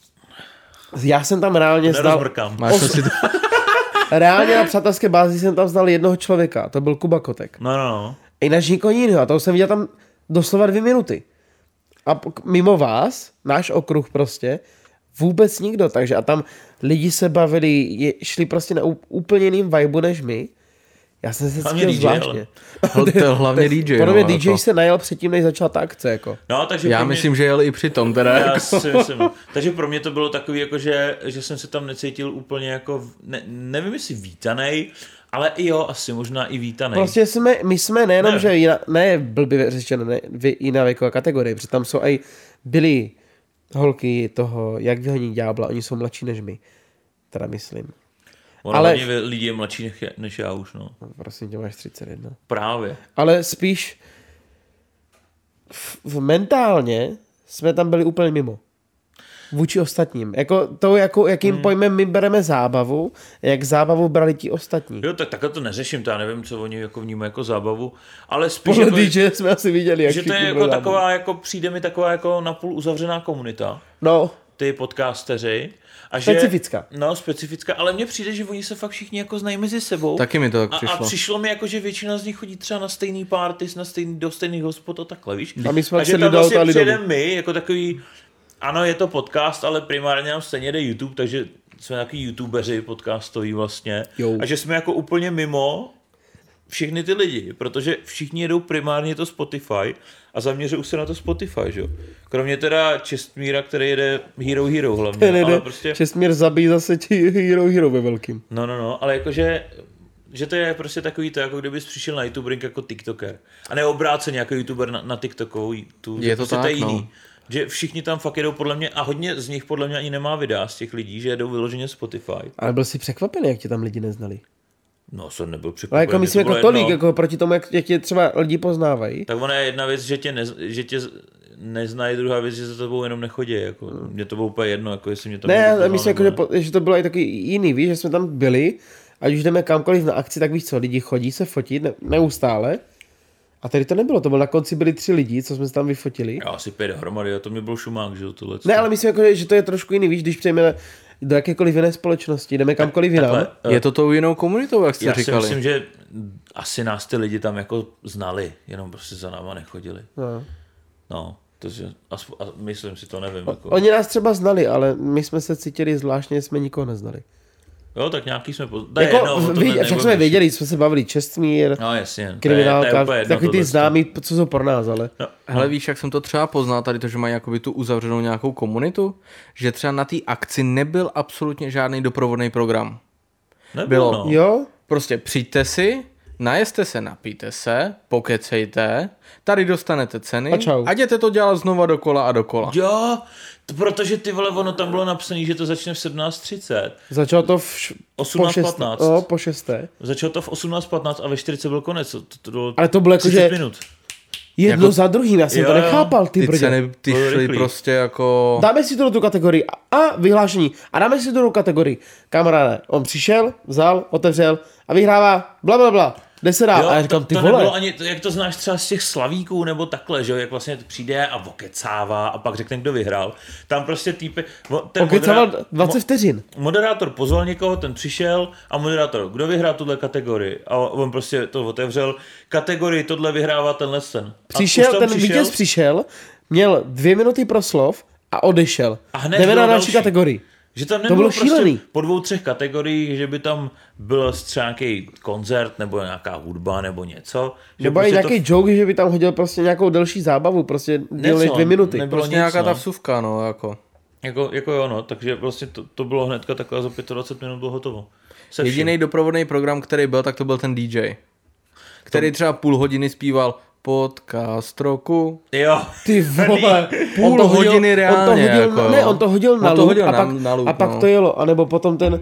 Speaker 1: Já jsem tam reálně znal...
Speaker 3: Máš to si to...
Speaker 1: Reálně na přátelské bázi jsem tam znal jednoho člověka, to byl Kuba Kotek.
Speaker 2: No, no, no.
Speaker 1: Jinak nikoho jiného, a toho jsem viděl tam doslova dvě minuty. A mimo vás, náš okruh prostě, vůbec nikdo, takže a tam lidi se bavili, je, šli prostě na úplně jiným vibe než my. Já jsem se cítil zvláštně.
Speaker 3: Ale... To je hlavně D J.
Speaker 1: Podle
Speaker 3: no,
Speaker 1: mě D J
Speaker 3: jako.
Speaker 1: se najel předtím, než začala ta akce. Jako.
Speaker 2: No, takže
Speaker 3: já
Speaker 2: mě...
Speaker 3: myslím, že jel i přitom. Teda,
Speaker 2: já
Speaker 3: jako.
Speaker 2: si myslím. Takže pro mě to bylo takový, jako že, že jsem se tam necítil úplně jako, ne, nevím jestli vítanej, ale i jo, asi možná i vítanej.
Speaker 1: Prostě jsme, my jsme nejenom, ne. že jiná, ne blbě řečeno, ne, jiná věková kategorie, protože tam jsou i byly holky toho, jak vyhoní ďábla, oni jsou mladší než my. Teda myslím.
Speaker 2: Ono ale lidi je mladší než, než já už, no.
Speaker 1: Prosím tě, máš třicet jedna.
Speaker 2: Právě.
Speaker 1: Ale spíš v, v mentálně jsme tam byli úplně mimo. Vůči ostatním. Jako to, jako, jakým hmm. pojmem my bereme zábavu, jak zábavu brali ti ostatní.
Speaker 2: Jo, tak takhle to neřeším, to já nevím, co oni jako vnímají jako zábavu, ale spíš
Speaker 1: Podle
Speaker 2: jako,
Speaker 1: D J jsme asi viděli, jak
Speaker 2: že to je jako taková, jako přijde mi taková jako napůl uzavřená komunita.
Speaker 1: No.
Speaker 2: Ty podcasteři. A
Speaker 1: specifická.
Speaker 2: Že, no, specifická, ale mně přijde, že oni se fakt všichni jako znají mezi sebou.
Speaker 3: Taky mi to tak přišlo.
Speaker 2: A, a přišlo mi jako, že většina z nich chodí třeba na stejný party, na stejný, do stejných hospod a takhle, víš?
Speaker 1: A my jsme
Speaker 2: a že tam vlastně přijedeme my, jako takový, ano, je to podcast, ale primárně nám stejně jde YouTube, takže jsme takový youtubeři podcastoví vlastně. Jo. A že jsme jako úplně mimo všechny ty lidi, protože všichni jedou primárně to Spotify a zaměřují se na to Spotify, že jo. Kromě teda Čestmíra, který jede Hero Hero hlavně.
Speaker 1: Ne,
Speaker 2: ale prostě...
Speaker 1: Čestmír zabíjí zase ti Hero Hero ve velkým.
Speaker 2: No, no, no, ale jakože, že to je prostě takový to, jako kdybys přišel na YouTube jako TikToker. A ne obráceně jako YouTuber na, na TikToku. Tu,
Speaker 3: je to
Speaker 2: prostě
Speaker 3: tak,
Speaker 2: to je jiný.
Speaker 3: no.
Speaker 2: Že všichni tam fakt jedou podle mě, a hodně z nich podle mě ani nemá videa z těch lidí, že jedou vyloženě Spotify.
Speaker 1: Ale byl jsi překvapený, jak tě tam lidi neznali.
Speaker 2: No, jsem nebyl překvapený.
Speaker 1: Ale jako myslím jako tolik, jako proti tomu, jak, jak tě třeba lidi poznávají.
Speaker 2: Tak ona je jedna věc, že tě, ne, že tě neznají, druhá věc, že za tebou jenom nechodí. Jako. Mě to bylo úplně jedno, jako jestli mě tam...
Speaker 1: Ne, ale myslím, jako, že, po, že to bylo i takový jiný, víš, že jsme tam byli, ať už jdeme kamkoliv na akci, tak víš co, lidi chodí se fotit ne, neustále. A tady to nebylo, to bylo na konci byli tři lidi, co jsme se tam vyfotili.
Speaker 2: Já asi pět hromady, a to mě byl šumák, že jo, tohle.
Speaker 1: Ne, ale myslím, jako, že to je trošku jiný, víš, když přejeme do jakékoliv jiné společnosti, jdeme kamkoliv jinam.
Speaker 3: Je to tou jinou komunitou, jak jste
Speaker 2: já
Speaker 3: říkali.
Speaker 2: Já si myslím, že asi nás ty lidi tam jako znali, jenom prostě za náma nechodili. No, no to si, aspoň, a myslím si to, nevím. Jako.
Speaker 1: Oni nás třeba znali, ale my jsme se cítili zvláštně, jsme nikoho neznali.
Speaker 2: Jo, tak nějaký jsme... Poz...
Speaker 1: Jako,
Speaker 2: jedno,
Speaker 1: vy, však jsme věděli, jsme se bavili, Čestmír,
Speaker 2: no, jasně,
Speaker 1: kriminálka, takový ty známý, co jsou pro nás, ale...
Speaker 2: No.
Speaker 3: Hele, víš, jak jsem to třeba poznal, tady to, že mají jakoby tu uzavřenou nějakou komunitu, že třeba na té akci nebyl absolutně žádný doprovodný program.
Speaker 2: Nebyl,
Speaker 3: Bylo.
Speaker 2: no.
Speaker 1: Jo?
Speaker 3: Prostě přijďte si, najeste se, napijte se, pokecejte, tady dostanete ceny
Speaker 1: A čau.
Speaker 3: a jděte to dělat znova dokola a dokola.
Speaker 2: Jo, to protože ty vole, ono tam bylo napsané, že to začne v sedmnáct třicet.
Speaker 1: Začalo to v š...
Speaker 2: osmnáct
Speaker 1: po, šest...
Speaker 2: patnáct.
Speaker 1: o, po šesté.
Speaker 2: Začalo to v osmnáct patnáct a ve čtyřicet byl konec. To, to bylo
Speaker 1: Ale to bylo jako,
Speaker 2: třicet
Speaker 1: že
Speaker 2: minut.
Speaker 1: jedno
Speaker 3: Jako-
Speaker 1: za druhým, já jsem
Speaker 2: Jo,
Speaker 1: to
Speaker 2: jo.
Speaker 1: nechápal, ty
Speaker 3: Ty
Speaker 1: brdě.
Speaker 3: ceny, ty
Speaker 2: Bylo
Speaker 3: šly
Speaker 2: rychlý.
Speaker 3: prostě jako...
Speaker 1: Dáme si to do tu kategorii a vyhlášení. A dáme si to do kategorii. Kamaráde, on přišel, vzal, otevřel a vyhrává bla bla bla. Jde se dál.
Speaker 2: Jo,
Speaker 1: A já říkám, ty
Speaker 2: to
Speaker 1: vole.
Speaker 2: nebylo ani, jak to znáš třeba z těch slavíků nebo takhle, že jo, jak vlastně přijde a okecává a pak řekne, kdo vyhrál. Tam prostě týpy... Ten
Speaker 1: Okecával
Speaker 2: moderá-
Speaker 1: dvacet vteřin.
Speaker 2: Moderátor pozval někoho, ten přišel a moderátor, kdo vyhrá tuhle kategorii? A on prostě to otevřel. Kategorii tohle vyhrává tenhle ten. A
Speaker 1: Přišel,
Speaker 2: už tam
Speaker 1: ten
Speaker 2: přišel,
Speaker 1: vítěz přišel, měl dvě minuty proslov a odešel.
Speaker 2: A hned
Speaker 1: Jdeme
Speaker 2: bylo
Speaker 1: na další
Speaker 2: další.
Speaker 1: kategorii.
Speaker 2: Že tam
Speaker 1: To
Speaker 2: nebylo
Speaker 1: bylo
Speaker 2: prostě
Speaker 1: šílený.
Speaker 2: po dvou, třech kategoriích, že by tam byl třeba nějaký koncert nebo nějaká hudba nebo něco. Že
Speaker 1: Nebo i
Speaker 2: prostě
Speaker 1: nějaký
Speaker 2: to...
Speaker 1: joke, že by tam hodil prostě nějakou delší zábavu, prostě díl než
Speaker 2: Něco,
Speaker 1: dvě minuty.
Speaker 2: nebylo
Speaker 3: Prostě
Speaker 2: nic,
Speaker 3: nějaká
Speaker 2: no.
Speaker 3: ta vsuvka, no, jako.
Speaker 2: Jako, jako jo, no, takže vlastně to, to bylo hnedka takhle za dvacet pět minut bylo hotovo. Se vším.
Speaker 3: Jediný doprovodný program, který byl, tak to byl ten D J. Který třeba půl hodiny zpíval podcast roku.
Speaker 2: Jo.
Speaker 1: Ty vole,
Speaker 3: Půl
Speaker 1: on to hodil,
Speaker 3: hodiny
Speaker 1: on to
Speaker 3: reálně,
Speaker 1: hodil,
Speaker 3: jako
Speaker 1: na,
Speaker 3: jo.
Speaker 1: ne, on to hodil na
Speaker 3: On to
Speaker 1: loop,
Speaker 3: hodil
Speaker 1: a
Speaker 3: na-
Speaker 1: pak,
Speaker 3: na loop,
Speaker 1: a pak
Speaker 3: no.
Speaker 1: to jelo, anebo potom ten,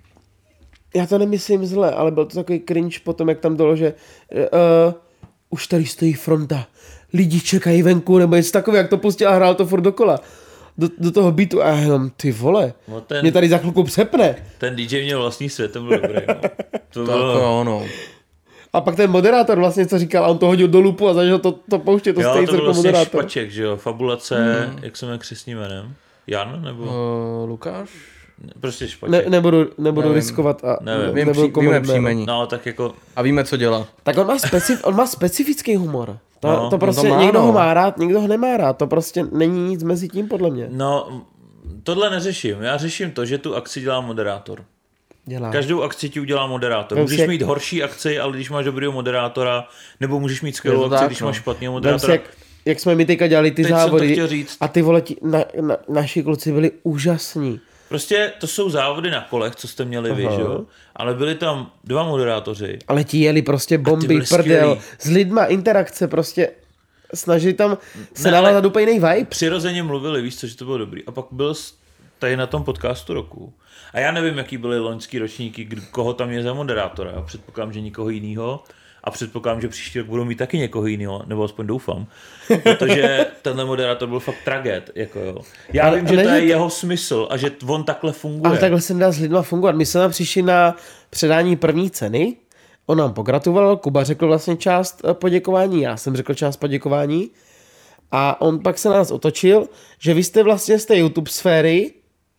Speaker 1: já to nemyslím zle, ale byl to takový cringe potom, jak tam bylo, že uh, už tady stojí fronta, lidi čekají venku, nebo něco takové, jak to pustil a hrál to furt dokola. Do, do toho beatu a já jenom, ty vole,
Speaker 2: No ten-
Speaker 1: mě tady za chvilku přepne.
Speaker 2: Ten D J měl vlastní svět, to bylo dobré. No. To
Speaker 3: Tak
Speaker 2: bylo...
Speaker 3: jo, no.
Speaker 1: A pak ten moderátor vlastně co říkal a on to hodil do loopu a začal to, to pouštět, to
Speaker 2: Jo,
Speaker 1: stejný
Speaker 2: to byl
Speaker 1: jako
Speaker 2: vlastně
Speaker 1: moderátor.
Speaker 2: Špaček, že jo, fabulace, hmm. jak se jmenuje křestním jménem? Jan, nebo?
Speaker 3: Uh, Lukáš?
Speaker 2: Prostě Špaček.
Speaker 1: Ne, nebudu nebudu
Speaker 3: Nevím.
Speaker 1: riskovat a
Speaker 2: Nevím.
Speaker 1: ne,
Speaker 3: Vím,
Speaker 1: nebudu
Speaker 3: pří,
Speaker 1: komu
Speaker 3: víme
Speaker 1: jméno.
Speaker 3: příjmení.
Speaker 2: No, tak jako...
Speaker 3: A víme, co dělá.
Speaker 1: Tak on má, specif, on má specifický humor. To,
Speaker 2: No,
Speaker 1: to
Speaker 2: no
Speaker 1: prostě
Speaker 3: to má,
Speaker 1: někdo
Speaker 3: no.
Speaker 1: ho má rád, někdo ho nemá rád. To prostě není nic mezi tím podle mě.
Speaker 2: No, tohle neřeším. Já řeším to, že tu akci dělá moderátor.
Speaker 1: Dělá.
Speaker 2: Každou akci ti udělá moderátor.
Speaker 1: Vem
Speaker 2: Můžeš
Speaker 1: si, jak-
Speaker 2: mít horší akci, ale když máš dobrýho moderátora, nebo můžeš mít
Speaker 3: Je
Speaker 2: skvělou
Speaker 3: to
Speaker 2: akci,
Speaker 3: tak,
Speaker 2: když
Speaker 3: no.
Speaker 2: máš špatného
Speaker 1: Vem si,
Speaker 2: moderátora.
Speaker 1: jak, jak jsme my teďka dělali ty
Speaker 2: Teď jsem to
Speaker 1: závody
Speaker 2: chtěl říct.
Speaker 1: a ty vole, ti, na, na, naši kluci byli úžasní.
Speaker 2: Prostě to jsou závody na kolech, co jste měli vy,
Speaker 1: Aha.
Speaker 2: že jo? Ale byli tam dva moderátoři.
Speaker 1: Ale ti jeli prostě bomby,
Speaker 2: byli
Speaker 1: prdel,
Speaker 2: skvělí.
Speaker 1: s lidma, interakce, prostě snažili tam se
Speaker 2: Ne,
Speaker 1: navázat
Speaker 2: ale-
Speaker 1: úplně jiný vibe.
Speaker 2: Přirozeně mluvili, víš co, že to bylo dobrý. A pak byl s- tady na tom podcastu roku. A já nevím, jaký byly loňský ročníky, kdo, koho tam je za moderátora. Já předpokládám, že nikoho jiného. A předpokládám, že příští rok budou mít taky někoho jiného, nebo aspoň doufám. Protože tenhle moderátor byl fakt tragéd. Jako jo. Já
Speaker 1: Ale-
Speaker 2: vím, že
Speaker 1: ale
Speaker 2: to je
Speaker 1: že to-
Speaker 2: jeho smysl a že on takhle funguje.
Speaker 1: Ale takhle se nedá s lidma fungovat. My jsme tam přišli na předání první ceny, on nám pogratuloval, Kuba řekl vlastně část eh, poděkování, já jsem řekl část poděkování a on pak se na nás otočil, že vy jste vlastně z té YouTube sféry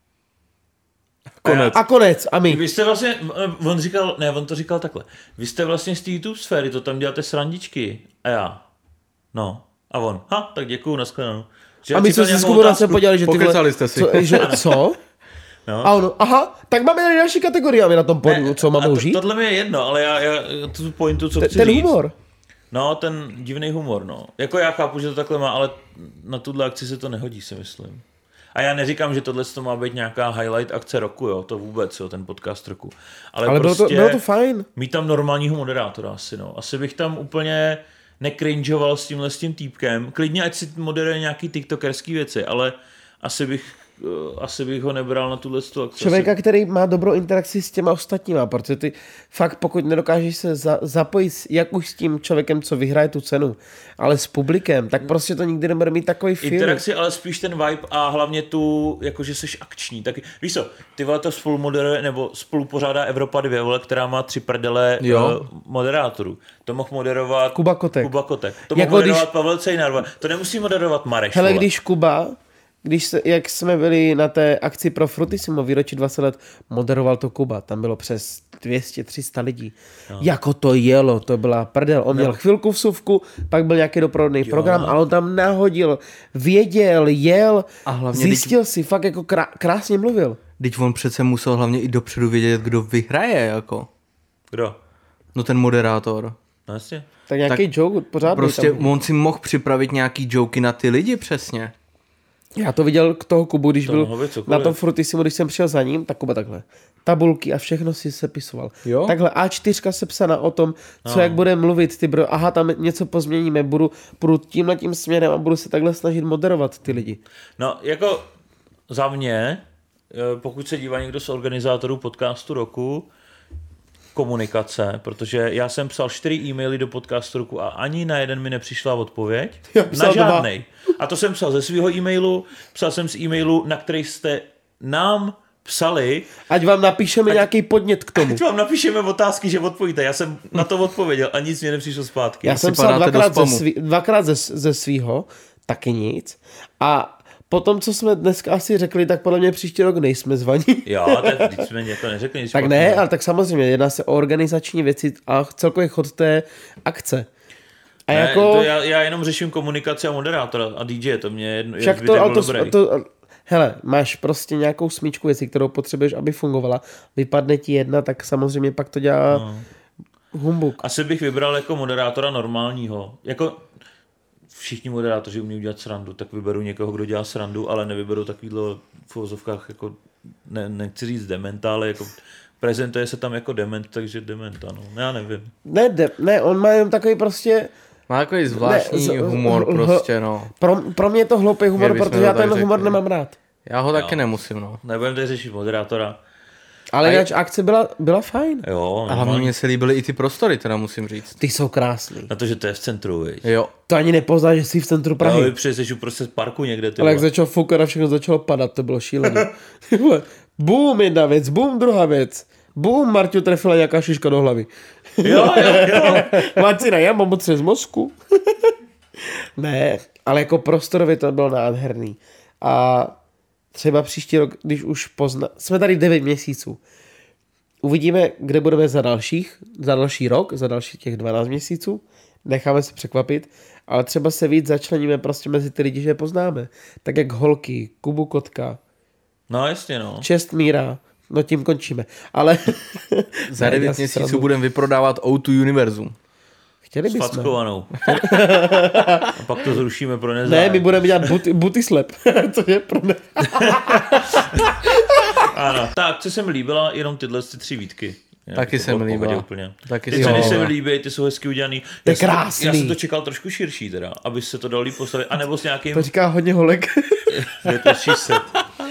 Speaker 3: Konec.
Speaker 1: a konec a my.
Speaker 2: Vy jste vlastně, on říkal, ne, on to říkal takhle. Vy jste vlastně z té YouTube sféry, to tam děláte srandičky. A já. No. A on. Ha, tak děkuju, nashledanou. Že
Speaker 1: A
Speaker 2: já
Speaker 1: my
Speaker 2: čekal
Speaker 1: jsme se
Speaker 2: nějakou
Speaker 1: s Kubou na
Speaker 2: otázku.
Speaker 1: se podělali, že ty vole,
Speaker 3: Pokecali jste si.
Speaker 1: Co? Že, co?
Speaker 2: No.
Speaker 1: A on, aha, tak máme tady další kategorii a my na tom podu,
Speaker 2: Ne,
Speaker 1: co
Speaker 2: a
Speaker 1: máme
Speaker 2: to,
Speaker 1: užít?
Speaker 2: Tohle mi je jedno, ale já, já tu pointu, co
Speaker 1: Ten,
Speaker 2: chci
Speaker 1: ten
Speaker 2: říct.
Speaker 1: humor.
Speaker 2: No, ten divný humor, no. Jako já chápu, že to takhle má, ale na tuhle akci se to nehodí, si myslím. A já neříkám, že tohle to má být nějaká highlight akce roku, jo, to vůbec, jo, ten podcast roku. Ale,
Speaker 1: Ale bylo
Speaker 2: prostě
Speaker 1: to, bylo to fajn.
Speaker 2: mít tam normálního moderátora asi, no. Asi bych tam úplně nekringeoval s tímhle s tím týpkem. Klidně, ať si moderuje nějaký tiktokerský věci, ale asi bych, uh, asi bych ho nebral na tuhle tu akci.
Speaker 1: Člověka, který má dobrou interakci s těma ostatníma, protože ty fakt pokud nedokážeš se za, zapojit s- jak už s tím člověkem, co vyhraje tu cenu, ale s publikem, tak prostě to nikdy nebude mít takový feeling.
Speaker 2: Interakci, ale spíš ten vibe a hlavně tu, jakože jsi akční. Tak, víš co, ty vole to spolumoderuje, nebo spolupořádá Evropa dva, vole, která má tři prdele
Speaker 3: Jo.
Speaker 2: uh, moderátorů. To mohl moderovat
Speaker 1: Kuba Kotek.
Speaker 2: Kuba Kotek. To
Speaker 1: Jako
Speaker 2: mohl moderovat
Speaker 1: když-
Speaker 2: Pavel Cejnar. vole. To nemusí moderovat Mareš.
Speaker 1: Hele,
Speaker 2: vole.
Speaker 1: když Kuba, když se, jak jsme byli na té akci pro Frutissimo výročí dvacet let, moderoval to Kuba, tam bylo přes dvě stě tři sta lidí. No. Jako to jelo, to byla prdel. On no. měl chvilku vsuvku, pak byl nějaký doprovodný program, ale on tam nahodil, věděl, jel,
Speaker 3: A hlavně
Speaker 1: zjistil si, fakt jako krá, krásně mluvil.
Speaker 3: Teď on přece musel hlavně i dopředu vědět, kdo vyhraje, jako.
Speaker 2: Kdo?
Speaker 3: No ten moderátor.
Speaker 2: No jasně.
Speaker 1: Tak nějaký tak joke pořád.
Speaker 3: Prostě tam. On si mohl připravit nějaký joky na ty lidi přesně.
Speaker 1: Já to viděl k toho Kubu, když
Speaker 2: to
Speaker 1: byl na tom Frutissimu, když jsem přišel za ním, tak Kuba takhle. Tabulky a všechno si sepisoval. Jo? Takhle á čtyři sepsaná o tom, co no. jak bude mluvit, ty bro, aha, tam něco pozměníme, budu, budu tímhletím směrem a budu se takhle snažit moderovat ty lidi.
Speaker 2: No, jako za mě, pokud se dívá někdo z organizátorů podcastu roku, komunikace, protože já jsem psal čtyři e-maily do podcastu roku a ani na jeden mi nepřišla odpověď. Na žádnej. A to jsem psal ze svého e-mailu, psal jsem z e-mailu, na který jste nám psali.
Speaker 1: Ať vám napíšeme ať, nějaký podnět k tomu.
Speaker 2: Ať vám napíšeme otázky, že odpovíte. Já jsem na to odpověděl a nic mě nepřišlo zpátky.
Speaker 1: Já jsem psal dvakrát ze, svý, dvakrát ze, ze svýho, taky nic. A potom, co jsme dneska asi řekli, tak podle mě příští rok nejsme zvaní.
Speaker 2: Jo, teď jsme něco neřekli.
Speaker 1: Tak ne, ale tak samozřejmě, jedná se o organizační věci a celkově chod té akce. A
Speaker 2: ne,
Speaker 1: jako...
Speaker 2: to já, já jenom řeším komunikaci a moderátora a dý džej, to mě jedno,
Speaker 1: však
Speaker 2: je
Speaker 1: to, ale to,
Speaker 2: dobrý.
Speaker 1: To, hele, máš prostě nějakou smyčku věcí, kterou potřebuješ, aby fungovala. Vypadne ti jedna, tak samozřejmě pak to dělá no. humbuk.
Speaker 2: Asi bych vybral jako moderátora normálního. Jako všichni moderátoři umí udělat srandu, tak vyberu někoho, kdo dělá srandu, ale nevyberu takovýhle v uvozovkách jako, ne, nechci říct dementa, ale jako prezentuje se tam jako dement, takže dementa, no. Já nevím.
Speaker 1: Ne, de, ne, on má jenom takový prostě...
Speaker 3: Má takový zvláštní ne, z, humor h, prostě, no.
Speaker 1: Pro, pro mě je to hloupý humor, protože já ten řekli. humor nemám rád.
Speaker 3: Já ho taky jo. nemusím, no.
Speaker 2: Nebudem tady řešit moderátora.
Speaker 1: Ale jinak akce byla, byla fajn.
Speaker 2: Jo.
Speaker 3: A hlavně mně se líbily i ty prostory, teda musím říct.
Speaker 1: Ty jsou krásný.
Speaker 2: Na to, že to je v centru, viď?
Speaker 3: Jo.
Speaker 1: To ani nepoznáš, že jsi v centru Prahy.
Speaker 2: Jo, přiješ prostě z parku někde.
Speaker 1: Ale jak začal foukat a všechno začalo padat, to bylo šílené. Bum, jedna věc, bum, druhá věc. Bum, Marťu trefila nějaká šiška do hlavy.
Speaker 2: Jo, jo, jo.
Speaker 1: Marcina, já mám moc z mozku. Ne, ale jako prostorově to bylo nádherný. A třeba příští rok, když už pozná... Jsme tady devět měsíců. Uvidíme, kde budeme za dalších, za další rok, za další těch dvanáct měsíců. Necháme se překvapit, ale třeba se víc začleníme prostě mezi ty lidi, že je poznáme. Tak jak Holky, Kubu Kotka.
Speaker 2: No jasně, no.
Speaker 1: Čestmíra. No tím končíme. Ale...
Speaker 3: za devět měsíců budeme vyprodávat ó dva Univerzum.
Speaker 1: Chtěli bychom.
Speaker 2: Sfackovanou. A pak to zrušíme pro nezájem.
Speaker 1: Ne, my budeme dělat buty, buty slep. To je pro ne...
Speaker 2: Ano. Tak, co se mi líbila, jenom tyhle ty tři výtky.
Speaker 3: Taky se mi líbila.
Speaker 2: Taky ty ceny se mi líbí, ty jsou hezky udělaný.
Speaker 1: To je krásný.
Speaker 2: Já jsem to čekal trošku širší teda, aby se to dalo líp postavit. A nebo s nějakým...
Speaker 1: To říká hodně holek.
Speaker 2: Je to šest.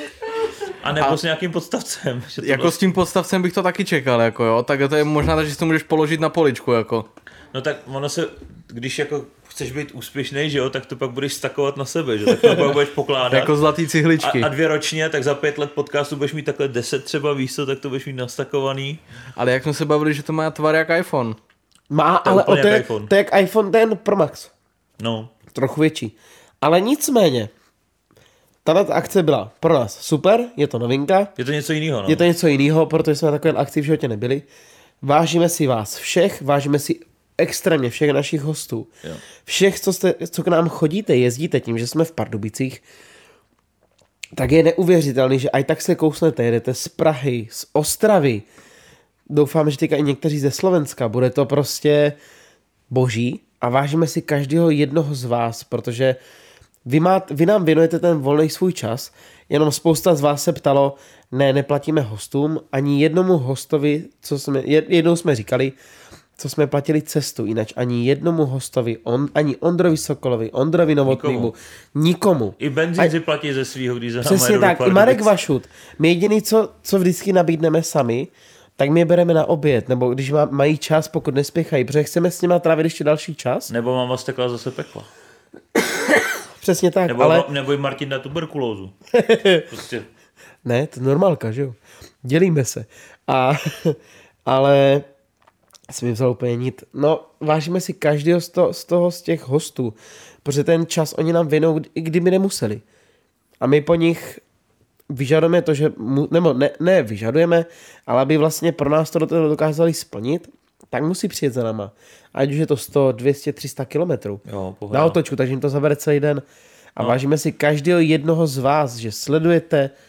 Speaker 2: A nebo a s nějakým podstavcem.
Speaker 3: Jako bylo... s tím podstavcem bych to taky čekal, jako jo. Tak to je možná tak, že si to můžeš položit na poličku, jako.
Speaker 2: No tak ono se, když jako chceš být úspěšný, že jo, tak to pak budeš stakovat na sebe, že? Tak to pak budeš pokládat.
Speaker 3: Jako zlatý cihličky.
Speaker 2: A, a dvě ročně, tak za pět let podcastu budeš mít takhle deset třeba, víš co, tak to budeš mít nastakovaný.
Speaker 3: Ale jak jsme se bavili, že to má tvar jak iPhone.
Speaker 1: Má, to ale o to, je, to je jak iPhone ten Pro Max.
Speaker 2: No.
Speaker 1: Trochu větší. Ale nicméně, tato akce byla pro nás super, je to novinka.
Speaker 2: Je to něco jiného, no.
Speaker 1: Je to něco jiného, protože jsme na takové akci v životě nebyli. Vážíme si vás všech, vážíme si extrémně všech našich hostů. Jo. Všech, co, jste, co k nám chodíte, jezdíte tím, že jsme v Pardubicích, tak je neuvěřitelný, že aj tak se kousnete, jedete z Prahy, z Ostravy. Doufám, že teďka i někteří ze Slovenska. Bude to prostě boží a vážíme si každého jednoho z vás, protože vy, má, vy nám věnujete ten volný svůj čas, jenom spousta z vás se ptalo, ne, neplatíme hostům, ani jednomu hostovi, co jsme, jednou jsme říkali, co jsme platili cestu, jinak ani jednomu hostovi, on, ani Ondrovi Sokolovi, Ondrovi Novotnýmu, nikomu. nikomu.
Speaker 2: I benzín si platí ze svýho, když za
Speaker 1: přesně tak, i Marek Vašut. My jediný, co, co vždycky nabídneme sami, tak my je bereme na oběd, nebo když má, mají čas, pokud nespěchají, protože chceme s nima trávit ještě další čas.
Speaker 2: Nebo máma stekla zase pekla.
Speaker 1: Přesně tak,
Speaker 2: nebo,
Speaker 1: ale...
Speaker 2: Nebo i Martin na tuberkulózu. Prostě.
Speaker 1: Ne, to je normálka, že jo. Dělíme se. A, ale jsem mi vzal úplně nit. No, vážíme si každého z, to, z toho, z těch hostů, protože ten čas oni nám věnou, i kdyby nemuseli. A my po nich vyžadujeme to, že, mu, nebo ne, ne vyžadujeme, ale aby vlastně pro nás to dokázali splnit, tak musí přijet za náma. Ať už je to sto, dvě stě, tři sta kilometrů.
Speaker 2: Jo,
Speaker 1: na otočku, takže jim to zabere celý den. A no. vážíme si každého jednoho z vás, že sledujete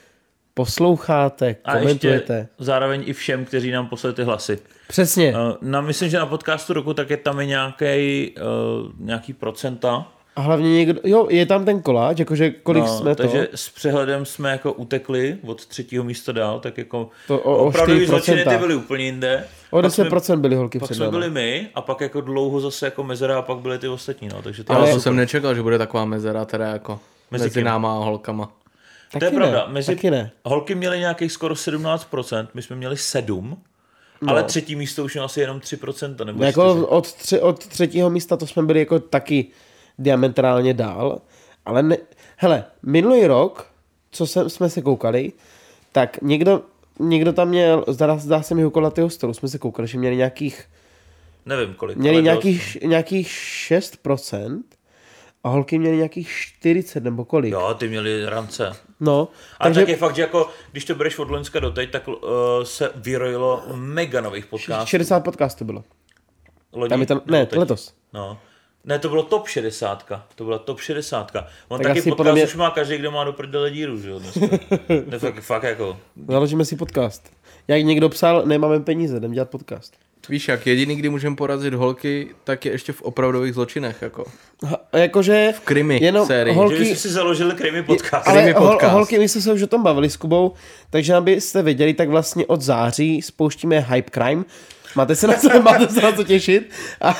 Speaker 1: posloucháte,
Speaker 2: A
Speaker 1: komentujete.
Speaker 2: ještě zároveň i všem, kteří nám poslali ty hlasy.
Speaker 1: Přesně.
Speaker 2: Uh, na, myslím, že na podcastu roku tak je tam i nějaký, uh, nějaký procenta.
Speaker 1: A hlavně někdo, jo, je tam ten koláč, jakože kolik
Speaker 2: No,
Speaker 1: jsme
Speaker 2: takže
Speaker 1: to.
Speaker 2: s přehledem jsme jako utekli od třetího místa dál, tak jako
Speaker 1: To o- o
Speaker 2: opravdu
Speaker 1: čtyři
Speaker 2: zločiny ty
Speaker 1: procenta.
Speaker 2: byly úplně jinde.
Speaker 1: O
Speaker 2: Pak
Speaker 1: deset
Speaker 2: jsme-
Speaker 1: procent byly holky
Speaker 2: Pak
Speaker 1: před
Speaker 2: jsme
Speaker 1: náma.
Speaker 2: byli my a pak jako dlouho zase jako mezera a pak byly ty ostatní, no, takže to,
Speaker 3: Ale
Speaker 2: je
Speaker 3: to
Speaker 2: super.
Speaker 3: jsem nečekal, že bude taková mezera teda jako
Speaker 2: Mezi
Speaker 3: mezi,
Speaker 2: kým?
Speaker 3: náma a holkama.
Speaker 2: To je
Speaker 1: Taky
Speaker 2: pravda,
Speaker 1: ne,
Speaker 2: mezi
Speaker 1: taky ne.
Speaker 2: holky měly nějakých skoro sedmnáct procent, my jsme měli sedm,
Speaker 1: No.
Speaker 2: ale třetí místo už mělo asi jenom tři procenta nebo
Speaker 1: Jako
Speaker 2: čtyři.
Speaker 1: od, tři, od třetího místa to jsme byli jako taky diametrálně dál, ale ne, hele, minulý rok, co se, jsme se koukali, tak někdo, někdo tam měl, zdá, zdá se mi u kolatého stolu, jsme se koukali, že měli nějakých,
Speaker 2: Nevím kolik.
Speaker 1: měli
Speaker 2: ale
Speaker 1: nějakých, nějakých šest procent a holky měly nějakých čtyřicet nebo kolik.
Speaker 2: Jo, ty měli rance.
Speaker 1: No,
Speaker 2: A
Speaker 1: takže
Speaker 2: tak je fakt, že jako, když to bereš od loňska doteď, tak uh, se vyrojilo mega nových podcastů.
Speaker 1: šedesát podcastů bylo.
Speaker 2: Loni,
Speaker 1: Tam je tam,
Speaker 2: nebo
Speaker 1: ne,
Speaker 2: teď?
Speaker 1: letos.
Speaker 2: No. Ne, to bylo top šedesát. To byla top šedesát. On
Speaker 1: Tak
Speaker 2: taky
Speaker 1: asi
Speaker 2: podcast
Speaker 1: podle mě-
Speaker 2: už má každý, kdo má do prdele díru, že jo? dneska. To je fakt, fakt jako...
Speaker 1: Založíme si podcast. Jak někdo psal, nemáme peníze, jdem dělat podcast.
Speaker 3: Víš jak, jediný, kdy můžeme porazit holky, tak je ještě v opravdových zločinech, jako.
Speaker 1: A jakože...
Speaker 3: V krimi
Speaker 1: jenom
Speaker 3: sérii.
Speaker 1: holky-
Speaker 2: Že byste si založili krimi podcast.
Speaker 1: Ale
Speaker 3: Krimi
Speaker 1: hol,
Speaker 3: podcast.
Speaker 1: holky, my jsme se už o tom bavili s Kubou, takže abyste věděli, tak vlastně od září spouštíme Hype Crime. Máte se na co, máte se na co těšit. A,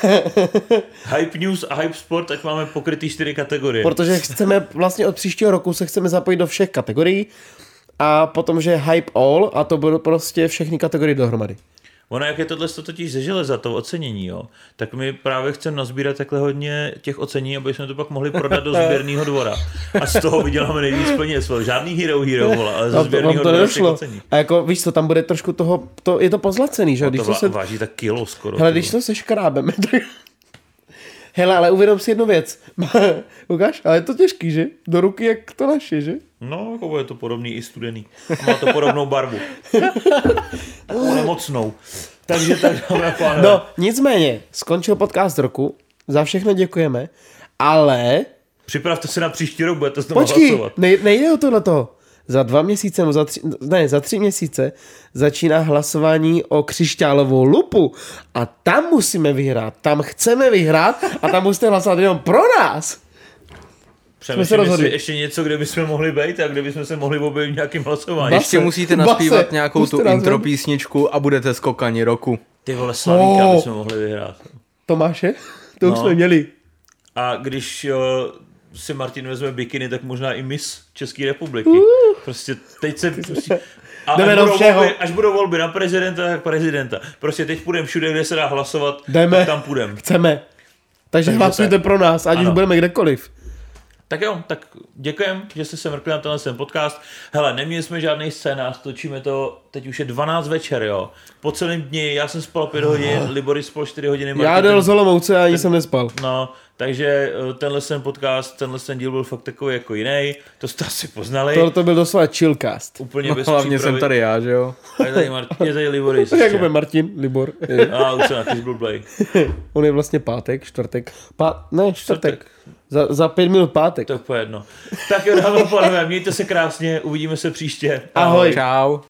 Speaker 2: Hype News a Hype Sport, ať máme pokrytý čtyři kategorie.
Speaker 1: protože chceme vlastně od příštího roku se chceme zapojit do všech kategorií a potom, že Hype All a to budou prostě všechny kategorie dohromady.
Speaker 2: Ono, jak je tohle to totiž ze železa, to ocenění, jo, tak my právě chceme nazbírat takhle hodně těch ocení, aby jsme to pak mohli prodat do sběrného dvora. A z toho vyděláme nejvíc peněz. vole. Žádný hero hero, vole, ale ze
Speaker 1: Vám to, vám
Speaker 2: sběrného
Speaker 1: to
Speaker 2: dvora těch
Speaker 1: nedošlo.
Speaker 2: ocení.
Speaker 1: A jako víš co, tam bude trošku toho, to, je to pozlacený, že?
Speaker 2: To,
Speaker 1: Když
Speaker 2: to
Speaker 1: to se,
Speaker 2: váží tak kilo skoro.
Speaker 1: hele,
Speaker 2: ty
Speaker 1: když
Speaker 2: vole.
Speaker 1: to seškrábeme, tak... Hele, ale uvědom si jednu věc. Ukáž, ale je to těžký, že? Do ruky jak to naše, že?
Speaker 2: No, jako je to podobný i studený. A má to podobnou barvu. Takovou nemocnou. Takže tak, dáme a pánové.
Speaker 1: No, nicméně, skončil podcast roku, za všechno děkujeme, ale...
Speaker 2: Připravte se na příští rok, budete znovu
Speaker 1: Počkej,
Speaker 2: hlasovat.
Speaker 1: nej, nejde o tohleto. Za dva měsíce, no za tři, ne, za tři měsíce začíná hlasování o křišťálovou lupu a tam musíme vyhrát, tam chceme vyhrát a tam musíte hlasovat jenom pro nás.
Speaker 2: Přemýšlím,
Speaker 1: rozhodli.
Speaker 2: jestli ještě něco, kde bychom mohli být a kde bychom se mohli objevit v nějakým hlasování.
Speaker 1: Bas-
Speaker 3: Ještě musíte
Speaker 1: Base,
Speaker 3: naspívat nějakou
Speaker 1: puste
Speaker 3: tu
Speaker 1: nás
Speaker 3: intro
Speaker 1: ven.
Speaker 3: písničku a budete skokani roku.
Speaker 2: Ty vole, Slavíka
Speaker 1: Oh.
Speaker 2: bychom mohli vyhrát.
Speaker 1: Tomáše, to už
Speaker 2: No.
Speaker 1: jsme měli.
Speaker 2: A když jo, si Martin vezme bikiny, tak možná i Miss České republiky. Prostě teď se... Prostě, a
Speaker 1: Jdeme
Speaker 2: až
Speaker 1: do
Speaker 2: budou,
Speaker 1: všeho.
Speaker 2: volby, až budou volby na prezidenta, tak prezidenta. Prostě teď půjdeme všude, kde se dá hlasovat,
Speaker 1: Jdeme.
Speaker 2: tak tam půjdeme.
Speaker 1: Chceme. Takže
Speaker 2: Takže
Speaker 1: hlasujte
Speaker 2: tak.
Speaker 1: pro nás, ať
Speaker 2: Ano.
Speaker 1: už budeme kdekoliv.
Speaker 2: Tak jo, tak děkujem, že jste se mrkli na tenhle ten podcast. Hele, neměli jsme žádný scénář, točíme to, teď už je dvanáct večer, jo. Po celém dni, já jsem spal pět hodin, Libory spal čtyři hodiny.
Speaker 1: Já
Speaker 2: Martin
Speaker 1: del
Speaker 2: ten-
Speaker 1: z Olomouce a ani jsem nespal.
Speaker 2: No, takže eh, tenhle ten podcast, tenhle ten díl byl fakt takový jako jiný, to jste asi poznali.
Speaker 1: Tohle to byl doslova chillcast.
Speaker 2: Úplně
Speaker 3: No,
Speaker 2: bez
Speaker 3: hlavně
Speaker 2: přípravy.
Speaker 3: jsem tady já, že jo?
Speaker 2: A je tady, Martin, je tady Liboris.
Speaker 1: Jak
Speaker 2: ještě.
Speaker 1: bude Martin, Libor.
Speaker 2: A už jsem na byl blblej.
Speaker 1: On je vlastně pátek, čtvrtek. Pá... Ne, čtvrtek.
Speaker 2: Čtvrtek.
Speaker 1: Za, za pět minut pátek.
Speaker 2: To je úplně jedno. Tak jo, dáme pánové, mějte se krásně, uvidíme se příště.
Speaker 1: Ahoj.
Speaker 3: Čau.